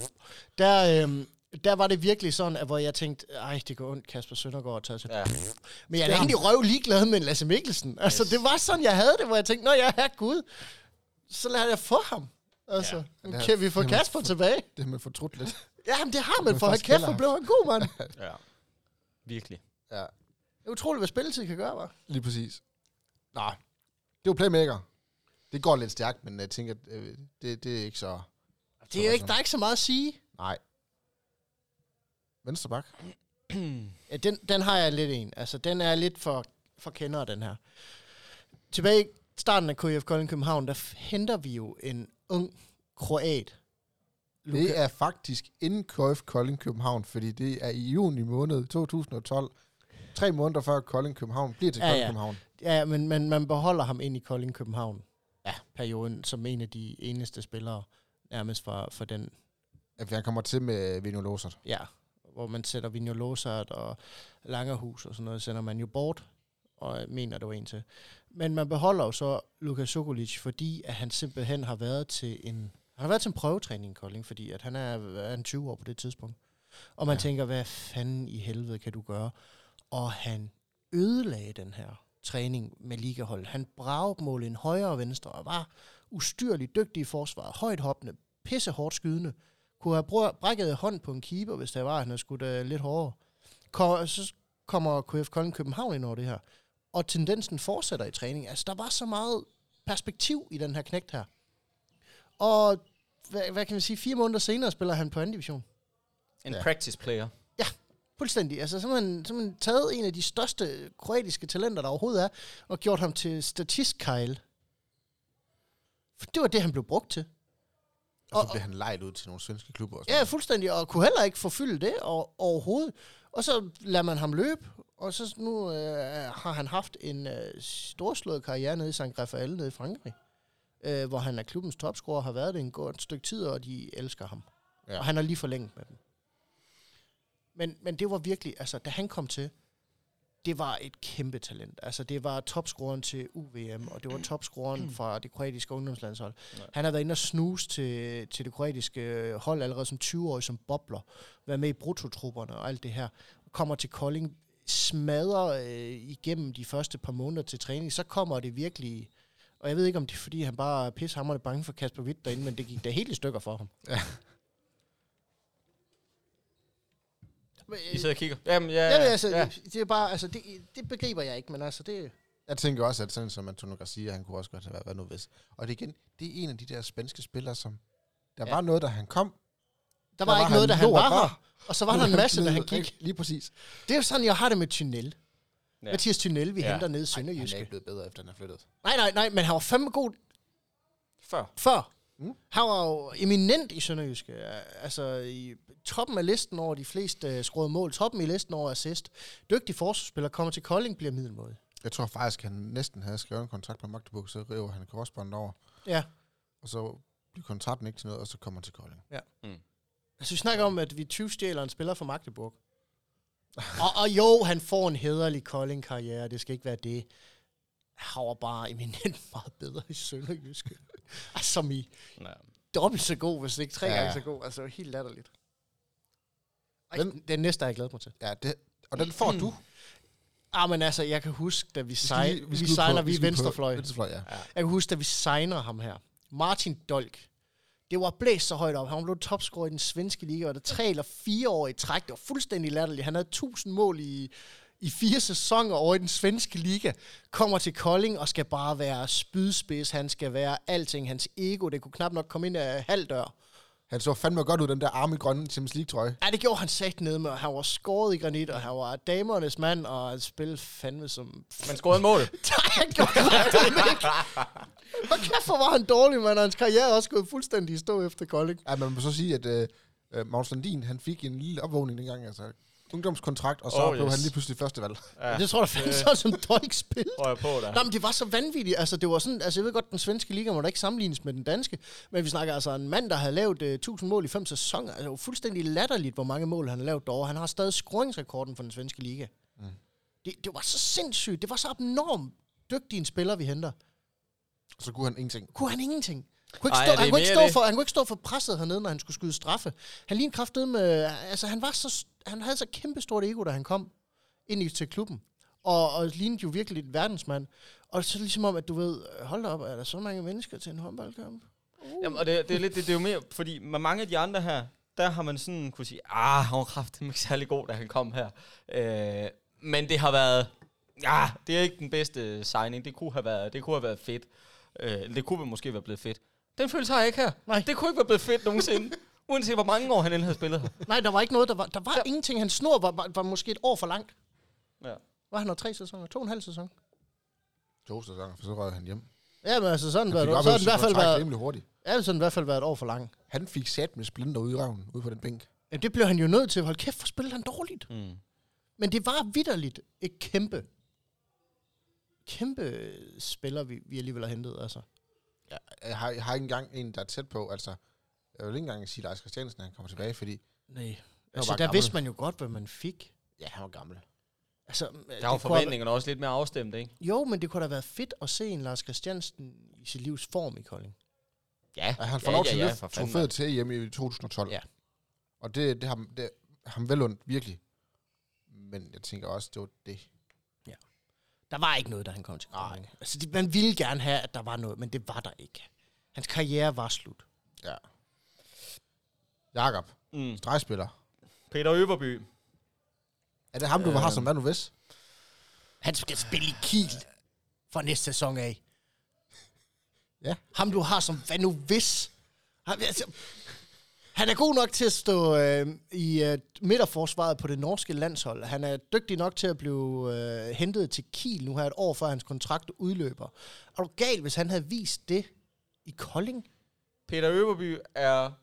Der var det virkelig sådan, at hvor jeg tænkte, det går ondt, Kasper Søndergaard at tage til. Ja. Men jeg er egentlig røv ligeglad med Lasse Mikkelsen. Altså, det var sådan, jeg havde det, hvor jeg tænkte, herregud, så lader jeg få ham. Altså, kan vi få Kasper tilbage? Det har man fortrudt lidt. Jamen, det har man, for kæft, hvor blev han god, mand. Ja, virkelig. Ja. Det er utroligt, hvad spilletid kan gøre, hva'? Lige præcis. Nå, det er jo playmaker. Det går lidt stærkt, men jeg tænker, det er ikke så... Det er ikke, der er ikke så meget at sige. Nej. Venstre bak. Ja, den har jeg lidt en. Altså, den er lidt for kendere, den her. tilbage i starten af KIF Kolding København, der henter vi jo en ung kroat. Det er faktisk inden KIF Kolding København, fordi det er i juni måned 2012. 3 måneder før Kolding København bliver til Kolding København. Ja, men man beholder ham ind i Kolding København. Ja, perioden som en af de eneste spillere nærmest for den. At han kommer til med Vinjo Losert. Ja, hvor man sætter Vinjo Losert og Langerhus og sådan noget, sender man jo bort, og mener, det var en til. Men man beholder jo så Luka Sokolic, fordi at han simpelthen har været til en prøvetræning i Kolding, fordi at han er 20 år på det tidspunkt. Og man tænker, hvad fanden i helvede kan du gøre? Og han ødelagde den her træning med ligahold. Han bragte mål en højre og venstre, og var ustyrligt dygtig i forsvaret, højt hoppende, pissehårdt skydende, kunne have brækket hånd på en keeper, hvis det var, han havde skudt lidt hårdere. Så kommer KIF Kolding København ind over det her, og tendensen fortsætter i træning. Altså, der var så meget perspektiv i den her knægt her. Og, hvad kan man sige, 4 måneder senere spiller han på anden division. En practice player. Ja, fuldstændig. Altså, så har man taget en af de største kroatiske talenter, der overhovedet er, og gjort ham til statistkejl. For det var det, han blev brugt til. Og så blev han lejet ud til nogle svenske klubber. Og ja, fuldstændig, og kunne heller ikke forfylde det overhovedet. Og så lader man ham løbe, og så nu har han haft en storslået karriere nede i St. Raphael nede i Frankrig, hvor han er klubbens topscorer, har været det en godt stykke tid, og de elsker ham. Ja. Og han har lige forlænget med dem. Men det var virkelig, altså da han kom til, det var et kæmpe talent. Altså det var topscoreren til UVM, og det var topscoreren fra det kroatiske ungdomslandshold. Nej. Han har været inde og snuse til det kroatiske hold allerede som 20-årig som bobler, været med i brutotrupperne og alt det her. Kommer til Kolding, smadrer igennem de første par måneder til træning, så kommer det virkelig, og jeg ved ikke om det er fordi han bare er pissehamrende bange for Kasper Hvidt derinde, men det gik da helt i stykker for ham. Ja. I sidder og kigger. Jamen, det er bare, altså, det begriber jeg ikke, men altså, det... Jeg tænker også, at sådan som Antonio Garcia, han kunne også godt have været, hvad nu hvis. Og det igen, det er en af de der spanske spillere, som... Der var noget, da han kom. Der var ikke noget, da han var her. Og så var der en masse, da han gik. Lige præcis. Det er jo sådan, jeg har det med Thunel. Ja. Mathias Thunel, vi henter ned i Sønderjyske. Han er ikke blevet bedre, efter han er flyttet. Nej, men han var fandme god... Før. Han var jo eminent i Sønderjyske. Altså i toppen af listen over de fleste scorede mål. Toppen i listen over assist. Dygtig forsvarsspiller, kommer til Kolding, bliver middelmådig. Jeg tror faktisk, han næsten havde skrevet en kontrakt med Magdeburg, så river han korsbåndet over. Ja. Og så bliver kontrakten ikke til noget, og så kommer han til Kolding. Ja. Altså vi snakker om, at vi 20-stjæler en spiller fra Magdeburg. og jo, han får en hæderlig Kolding-karriere. Det skal ikke være det. Han var bare eminent meget bedre i Sønderjyske. Altså som i dobbelt så god, hvis ikke 3 gange så god. Altså helt latterligt. Den næste har jeg glædet mig til. Ja, og den får du. Men altså, jeg kan huske, da vi signer, vi venstrefløj. Ja. Jeg kan huske, da vi signer ham her. Martin Dolk. Det var blæst så højt op. Han blev topscorer i den svenske liga, og der 3 eller 4 år i træk. Det var fuldstændig latterligt. Han havde 1000 mål i 4 sæsoner over i den svenske liga, kommer til Kolding og skal bare være spydspids. Han skal være alting. Hans ego, det kunne knap nok komme ind af halvdør. Han så fandme godt ud, den der arme grønne Champions League-trøje. Ja, det gjorde han sagt ned med. Han var skåret i granit, og han var damernes mand, og han spillede fandme som... Man scorede en mål. Nej, han gjorde det ikke. Hvor kæft, var han dårlig, men hans karriere er også gået fuldstændig i stå efter Kolding. Ja, man må så sige, at Magnus Landin, han fik en lille opvågning dengang, altså ungdomskontrakt, og så blev han lige pludselig første valg. Ja. Det tror jeg fandt så som Dolk spil. Tror jeg på det. Nej, men det var så vanvittigt. Altså, det var sådan, altså, jeg ved godt, den svenske liga må da ikke sammenlignes med den danske, men vi snakker altså en mand, der havde lavet 1000 mål i 5 sæsoner. Altså, det var fuldstændig latterligt, hvor mange mål han har lavet derovre. Han har stadig scoringsrekorden for den svenske liga. Det var så sindssygt. Det var så abnormt dygtig en spiller, vi henter. Og så kunne han ingenting. Han kunne ikke stå for presset hernede, når han skulle skyde straffe. Han lignede kraftedeme med... Altså, han havde så kæmpestort ego, da han kom ind til klubben. Og lignede jo virkelig et verdensmand. Og så ligesom om, at du ved, hold da op, er der så mange mennesker til en håndboldkamp? Jamen, og det er jo mere, fordi med mange af de andre her, der har man sådan kunne sige, han var kraftigt ikke særlig god, da han kom her. Men det har været... det er ikke den bedste signing. Det kunne have været fedt. Det kunne måske være blevet fedt. Den følelse har jeg ikke her. Nej. Det kunne ikke være blevet fedt nogensinde. Uanset hvor mange år han endelig havde spillet her. Nej, der var ikke noget. Der var ingenting. Hans snor var måske et år for langt. Ja. Var han 3 sæsoner? 2,5 sæsoner? 2 sæsoner, for så røg han hjem. Ja, men altså sådan Han været, fik så har den i hvert fald været, rimelig hurtigt. ja, sådan i hvert fald været et år for lang. Han fik sat med splinter ude i røven, ude på den bænk. Jamen, det blev han jo nødt til. Hold kæft, for spillede han dårligt. Mm. Men det var vitterligt et kæmpe spiller, vi alligevel har hentet, altså. Ja, jeg har ikke engang en, der er tæt på. Altså, jeg vil ikke engang sige Lars Christiansen, når han kommer tilbage, fordi... Nej. Altså, bare der gammel. vidste man jo godt, hvad man fik. Ja, han var gammel. Altså, Der var forventningerne også lidt mere afstemt, ikke? Jo, men det kunne da være fedt at se en Lars Christiansen i sit livs form i Kolding. Ja, Ja, han får lov til at for løfte fanden, trofæet til hjemme i 2012. Ja. Og det har ham vel ondt, virkelig. Men jeg tænker også, det var det. Der var ikke noget, da han kom til Kolding. Altså, man ville gerne have, at der var noget, men det var der ikke. Hans karriere var slut. Ja. Jakob, Mm. stregspiller. Peter Øverby. Er det ham, du har som hvad nu hvis? Han skal spille i Kiel fra næste sæson af. Ja. Ham, du har som hvad nu hvis. Han er god nok til at stå i midterforsvaret på det norske landshold. Han er dygtig nok til at blive hentet til Kiel nu her et år, før hans kontrakt udløber. Er du gal, hvis han havde vist det i Kolding? Peter Øverby er...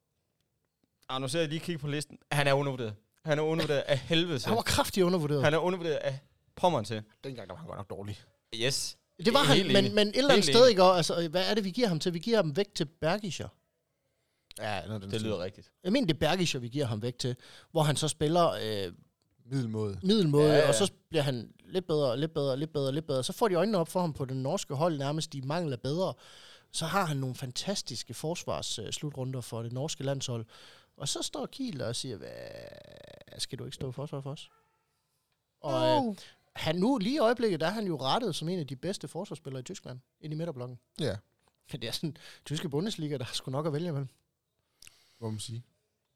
nu ser jeg lige kigge på listen. Han er undervurderet. Han er undervurderet af helvede til. Han var kraftigt undervurderet. Han er undervurderet af pommeren til. Dengang der var han godt nok dårlig. Yes. Det var han, Helt enig. men et eller andet Helt sted, ikke? Altså, hvad er det, vi giver ham til? Vi giver ham væk til Bergischer. Ja, noget, Det lyder rigtigt. Jeg mener, det er Bergischer, vi giver ham væk til. Hvor han så spiller middelmåde. ja. Og så bliver han lidt bedre. Så får de øjnene op for ham på den norske hold, nærmest de mangler bedre. Så har han nogle fantastiske forsvarsslutrunder for det norske landshold. Og så står Kiel og siger, hvad skal du ikke stå i forsvar for os? Og han nu, lige i øjeblikket, der er han jo rettet som en af de bedste forsvarsspillere i Tyskland, ind i midterblokken. Ja, Det er sådan, tyske Bundesliga, der er sgu nok at vælge imellem. må man sige.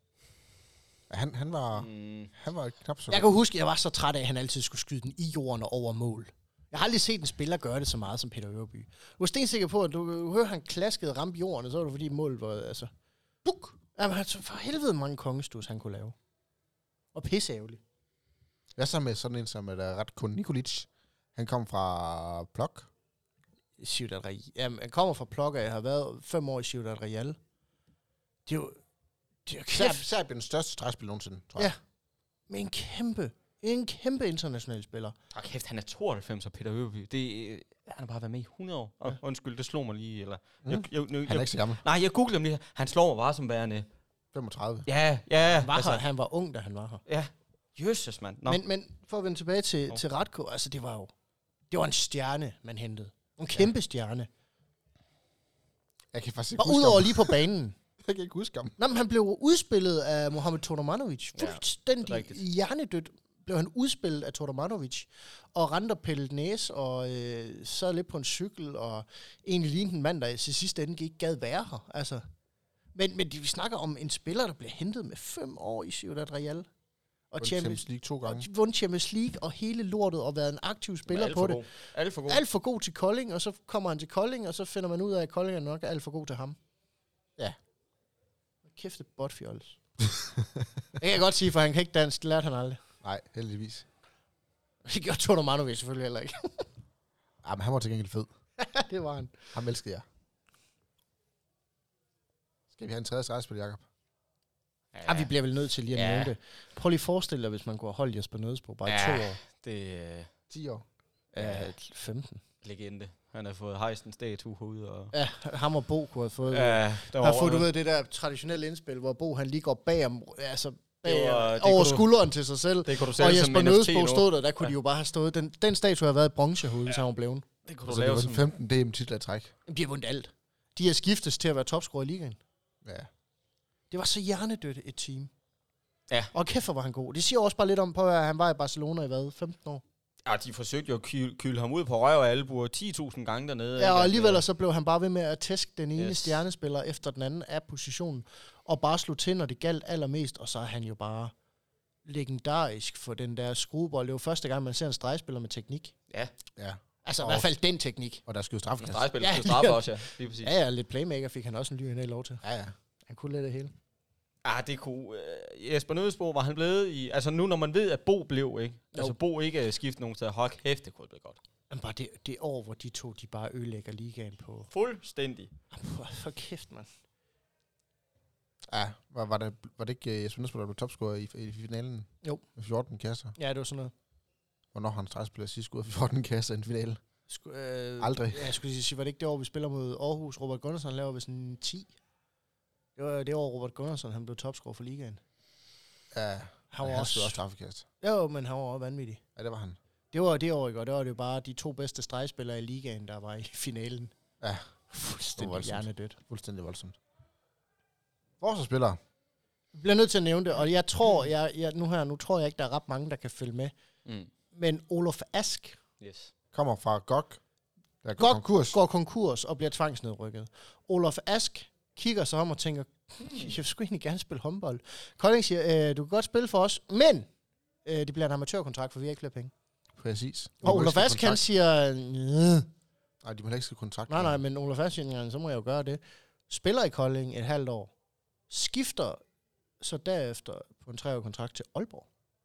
Ja, han var knap så... Jeg kan huske, at jeg var så træt af, at han altid skulle skyde den i jorden og over mål. Jeg har aldrig set en spiller gøre det så meget som Peter Øverby. Du var stensikker på, at du hørte, han klaskede rampe jorden, og så var det fordi målet var, altså... Buk! Jamen, for helvede mange kongestus, han kunne lave. Og pisseævlig. Hvad så med sådan en som Ratko Nikolic? Han kom fra Plok. Ciudad Real. Jamen, han kommer fra Plok, og jeg har været 5 år i Ciudad Real. Det er jo kæft. Serbiens største stregspiller nogensinde, tror jeg. Ja. Men en kæmpe international spiller. Kæft, han er 92, og Peter Øverby. Han har bare været med i 100 år. Ja. Undskyld, det slog mig lige. Eller, Han er ikke så gammel. Nej, jeg googlede ham lige. Han slår mig bare som værende... 35. Ja. Han var ung, da han var her. Ja. Jesus, mand. No. Men for at vende tilbage til Ratko, altså det var en stjerne, man hentede. En kæmpe stjerne. Jeg kan faktisk ikke Og huske udover ham. lige på banen. Jeg kan ikke huske ham. Nå, men han blev udspillet af Mohamed Todormanovic. Ja, Fuldstændig rigtigt. hjernedødt blev han udspillet af Todormanovic. Og rendte og pillede næse, og så lidt på en cykel, og egentlig lignede en mand, der til sidste ende ikke gad være her. Altså. Men vi snakker om en spiller, der blev hentet med 5 år i Ciudad Real. Og Champions League 2 gange. Og vundet Champions League og hele lortet, og været en aktiv spiller på det. Alt for god. Alt for god til Kolding, og så kommer han til Kolding, og så finder man ud af, at Kolding er nok alt for god til ham. Ja. Kæft, det botfjols. Det kan jeg godt sige, for han kan ikke dansk. Det lærte han aldrig. Nej, heldigvis. Det gjorde Todormanovic selvfølgelig heller ikke. Men han var til gengæld fed. Det var han. Ham elskede jeg. Skal vi have en tredje stregspiller, Jakob? Ja, vi bliver vel nødt til lige at nævne det. Prøv lige at forestille dig, hvis man kunne have holdt Jesper Nødsbro bare i 2 år. Det 10 år. 15. legende. Han har fået hejst en statue ud. Og Ja, ham og Bo kunne have fået... der du ved, det der traditionelle indspil, hvor Bo han lige går bag det over skulderen til sig selv. Det kunne du Og sælge Jesper som NFT Nødsbro nu. stod der kunne de jo bare have stået. Den statue har været i bronzehovedet, så han var blevet. Det kunne du Så det lave var som... den 15 DM-titler i træk. De har vundet alt. De har skiftes til at være topscorer i ligaen. Ja. Det var så hjernedødt et team. Ja. Og kæft, hvor var han god. Det siger også bare lidt om, på, at han var i Barcelona i 15 år. Ja, de forsøgte jo at kylde ham ud på røv og albuer 10.000 gange dernede. Ja, og alligevel så blev han bare ved med at tæske den ene Yes. stjernespiller efter den anden af positionen, og bare slog til, når det galt allermest, og så er han jo bare legendarisk for den der skruebold. Det er jo første gang, man ser en stregspiller med teknik. Ja. Ja. Altså i hvert fald den teknik. Og der skal jo straffekast. Stregspiller Ja, skal straffe også, ja. Lige præcis. Ja, lidt playmaker fik han også en lyn lov til. Ja. Han kunne lidt det hele. Det kunne... Jesper Nødsbro var han blevet i... Altså nu, når man ved, at Bo blev, ikke? Jo. Altså Bo ikke skiftet nogen steder. Hold kæft, det kunne blive godt. Men bare det år, hvor de to, de bare ødelægger ligaen på. Fuldstændig. For kæft, mand. Ja, var det ikke Jesper Nielsborg, der blev topscorer i finalen? Jo. Med 14 kasser. Ja, det var sådan noget. Hvornår har han stregspiller sidst scoret 14 kasser i en finale? Aldrig. Ja, jeg skulle sige, var det ikke det år, vi spiller mod Aarhus? Robert Gunnarsson laver ved sådan 10. Det var det år, Robert Gunnarsson, han blev topscorer for ligaen. Ja, Han var han også straffekast. Jo, men han var også vanvittig. Ja, det var han. Det var det år, ikke? Og det var det jo bare de 2 bedste stregspillere i ligaen, der var i finalen. Ja. Fuldstændig hjernedødt. Fuldstændig voldsomt. Forsvarsspillere. Jeg bliver nødt til at nævne det, og jeg tror, nu tror jeg ikke, der er ret mange, der kan følge med. Men Olof Ask kommer fra GOG. Der går konkurs og bliver tvangsnedrykket. Olof Ask kigger sig om og tænker, jeg skulle egentlig gerne spille håndbold. Kolding siger, du kan godt spille for os, men det bliver en amatørkontrakt, for vi har ikke flere penge. Præcis. Og Olof Ask, han siger, nej, de må ikke skrive kontrakt. Nej, men Olof Ask siger, så må jeg jo gøre det. Spiller i Kolding et halvt år. Skifter så derefter på en 3-årig kontrakt til Aalborg.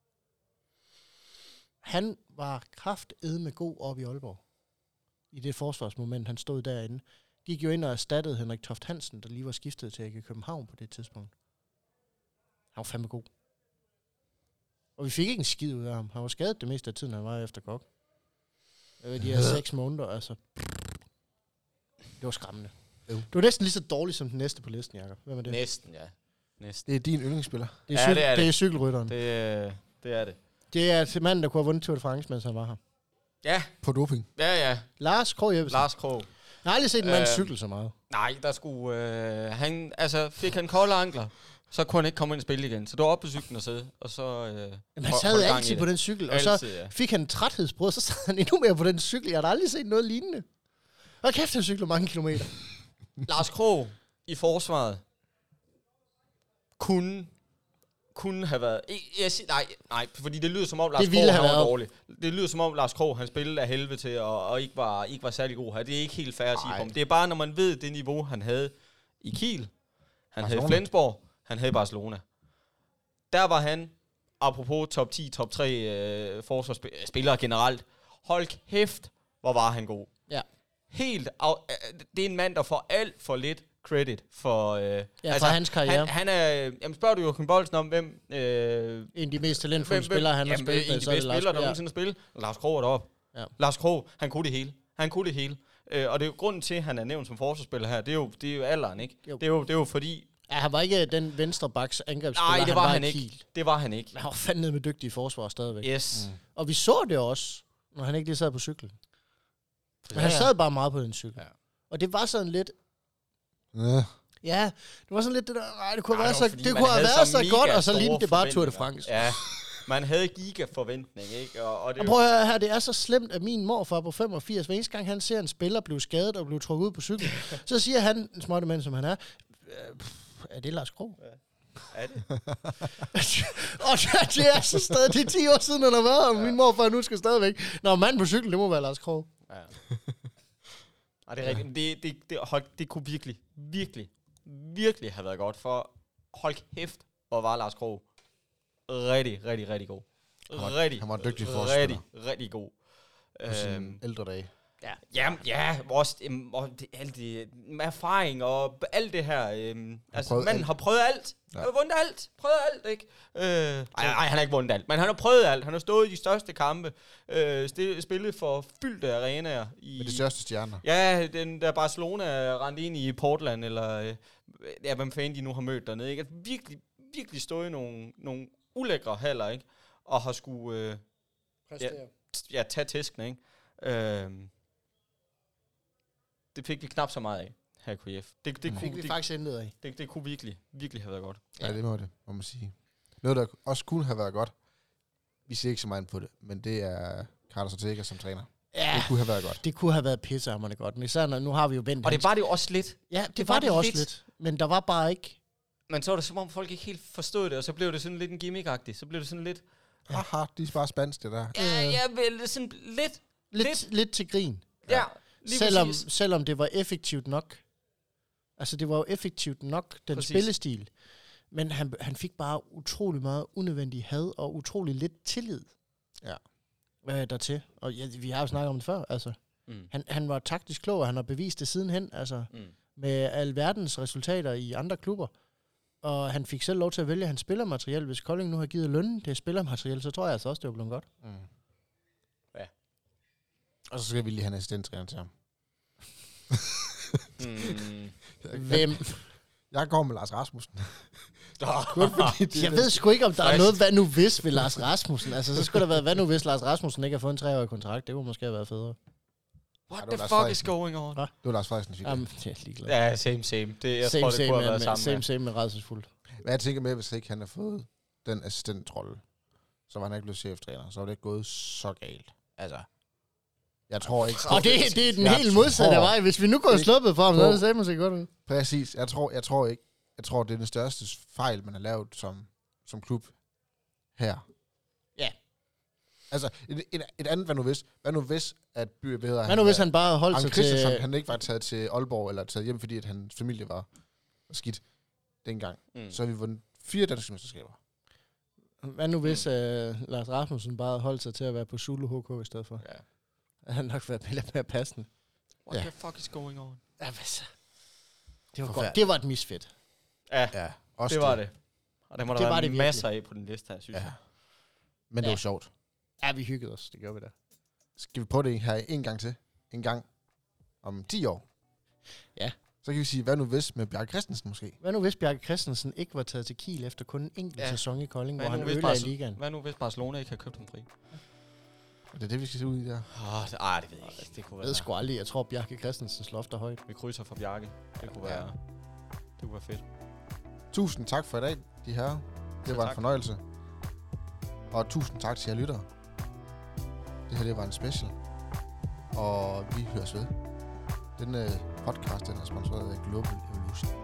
Han var kraftedme god op i Aalborg. I det forsvarsmoment, han stod derinde. Gik jo ind og erstattede Henrik Toft Hansen, der lige var skiftet til AG København på det tidspunkt. Han var fandme god. Og vi fik ikke en skid ud af ham. Han var skadet det meste af tiden, han var efter GOG. De her 6 måneder, altså. Det var skræmmende. Det var næsten lige så dårligt som den næste på listen, Jacob. Hvem er det? Næsten, ja. Næsten. Det er din yndlingsspiller. Det er cykelrytteren. Det er det. Det er til manden, der kunne have vundet Tour de France, mens han var her. Ja. På doping. Ja. Lars Krogh Jeppesen. Lars Krogh. Jeg har aldrig set en mand cykle så meget. Nej, der skulle... fik han kolde ankler, så kunne han ikke komme ind og spille igen. Så det var op på cyklen og sidde, og så... Men han sad altid på den cykel, og så fik han en træthedsbrud, så sad han endnu mere på den cykel. Jeg har aldrig set noget lignende. Og kæft, han cykler mange kilometer. Lars Krogh i forsvaret kunne have været... Nej, fordi det lyder som om Lars Krogh var dårlig. Det lyder som om Lars Krogh, han spillede af helvede til, og ikke var særlig god her. Det er ikke helt fair at sige på. Det er bare, når man ved det niveau, han havde i Kiel, han havde i Flensborg, han havde i Barcelona. Der var han, apropos top 10, top 3 forsvarsspillere generelt. Hold kæft, hvor var han god. Ja. Det er en mand, der får alt for lidt credit for... for hans karriere. Han er... Jamen, spørger du Joachim Boldsen om, hvem... en af de mest talentfulde spillere, han har spillet. En af de bedste spillere, der nogensinde har spillet. Lars Krogh er deroppe. Ja. Lars Krogh, han kunne det hele. Og det er jo grunden til, at han er nævnt som forsvarsspiller her. Det er jo alderen, ikke? Jo. Det er jo fordi... Ja, han var ikke den venstre backs angrebsspiller. Nej, det var han ikke. Det var han ikke. Men han var fandme med dygtig i forsvar stadigvæk. Yes. Og vi så det også, når han ikke lige sad på cyklen. Men han sad bare meget på den cykel. Ja. Og det var sådan lidt... Ja, det var sådan lidt det der... Nej, det kunne have været så godt, og så lignede det bare Tour de France. Ja, man havde giga-forventning, ikke? Og prøv at høre her, det er så slemt, at min morfar på 85, hver eneste gang han ser en spiller blive skadet og blive trukket ud på cyklen, så siger han, en småtte mand som han er, er det Lars Krogh? Ja. Er det? Og det er så stadig, det er 10 år siden, han har været, og min morfar nu skal stadigvæk. Når manden på cyklen, det må være Lars Krogh. Ja. Og det er rigtigt. Det kunne virkelig have været godt, for hold kæft, hvor var Lars Krogh rigtig god. Han var dygtig forspiller. Rigtig god. På sine ældre dage. Ja, alt det med erfaring og alt det her. Manden har prøvet alt. Han har vundet alt. Prøvet alt, ikke? Nej, han har ikke vundet alt, men han har prøvet alt. Han har stået i de største kampe. Spillet for fyldte arenaer. Med de største stjerner. Ja, den der Barcelona rendte ind i Portland, eller hvem fanden de nu har mødt dernede, ikke? Virkelig stået i nogle ulækre haller, ikke? Og har skulle tage tæskene, ikke? Det fik vi knap så meget af her i KF. Det fik vi faktisk intet af. Det kunne virkelig have været godt. Ja, det må man sige. Noget, der også kunne have været godt, vi ser ikke så meget på det, men det er Carlos Ortega som træner. Ja, det kunne have været godt. Det kunne have været pissehammerende godt, men især nu har vi jo vendt. Og det var det jo også lidt. Ja, det var det også lidt. Men der var bare ikke... Men så var det som om folk ikke helt forstod det, og så blev det sådan lidt en gimmick-agtigt. Så blev det sådan lidt... Haha, de er bare spansk, det der. Ja, vel, sådan lidt til grin. Ja. Selvom det var effektivt nok. Altså, det var jo effektivt nok, den spillestil. Men han fik bare utrolig meget unødvendig had og utrolig lidt tillid. Ja. dertil. Og ja, vi har jo snakket om det før, altså. Han var taktisk klog, og han har bevist det sidenhen, altså. Med alverdens resultater i andre klubber. Og han fik selv lov til at vælge hans spillermateriel. Hvis Kolding nu har givet lønnen det spillermateriel, så tror jeg altså også, det var blevet godt. Ja. Og så skal vi lige have en assistenttræner til ham. Hvem? Jeg går med Lars Rasmussen. Jeg ved sgu ikke, om der er noget, hvad nu hvis ved Lars Rasmussen. Altså, så skulle der være, hvad nu hvis Lars Rasmussen ikke har fået en 3-årig kontrakt. Det kunne måske have været federe. What the fuck is going on? Det var Lars Frederiksen. Jamen, jeg er ligeglad. Ja, same. Jeg tror, det kunne have været sammen. Same med rædselsfuldt. Hvad jeg tænker med, hvis ikke han har fået den assistentrolle, så var han ikke blevet cheftræner. Så var det ikke gået så galt. Altså, jeg tror ikke... Og det er den helt modsatte vej. Hvis vi nu går sluppet for ham, så er det sagde måske godt ud. Præcis. Jeg tror ikke. Jeg tror, det er den største fejl, man har lavet som klub her. Ja. Altså, et andet, hvad nu hvis, at hvad nu hvis han bare holdt sig til... han ikke var taget til Aalborg, eller taget hjem, fordi at hans familie var skidt dengang. Så har vi vundet 4 danske mesterskaber. Hvad nu hvis Lars Rasmussen bare holdt sig til at være på Zulu HK i stedet for? Ja. Han nok været lidt mere passende. What the fuck is going on? Ja, hvad så? Det var godt. Det var et misfedt. Ja, også det var det. Og der må der være masser af på den liste her, synes jeg. Men det var sjovt. Ja, vi hyggede os. Det gjorde vi da. Skal vi prøve det her en gang til? En gang om 10 år? Ja. Så kan vi sige, hvad nu hvis med Bjarke Christensen måske? Hvad nu hvis Bjarke Christensen ikke var taget til Kiel efter kun en enkelt sæson i Kolding, hvor han ødelagde i ligaen? Hvad nu hvis Barcelona ikke har købt ham fri? Det er det, vi skal se ud i der. Det ved jeg ikke. Det kunne være... Jeg ved sgu aldrig. Jeg tror, Bjarke Christensens loft er højt. Vi krydser for Bjarke. Det kunne være fedt. Tusind tak for i dag, de her. Det var en fornøjelse. Og tusind tak til jer lyttere. Det her, det var en special. Og vi høres ved. Denne podcast, den er sponsoreret af Global Evolution.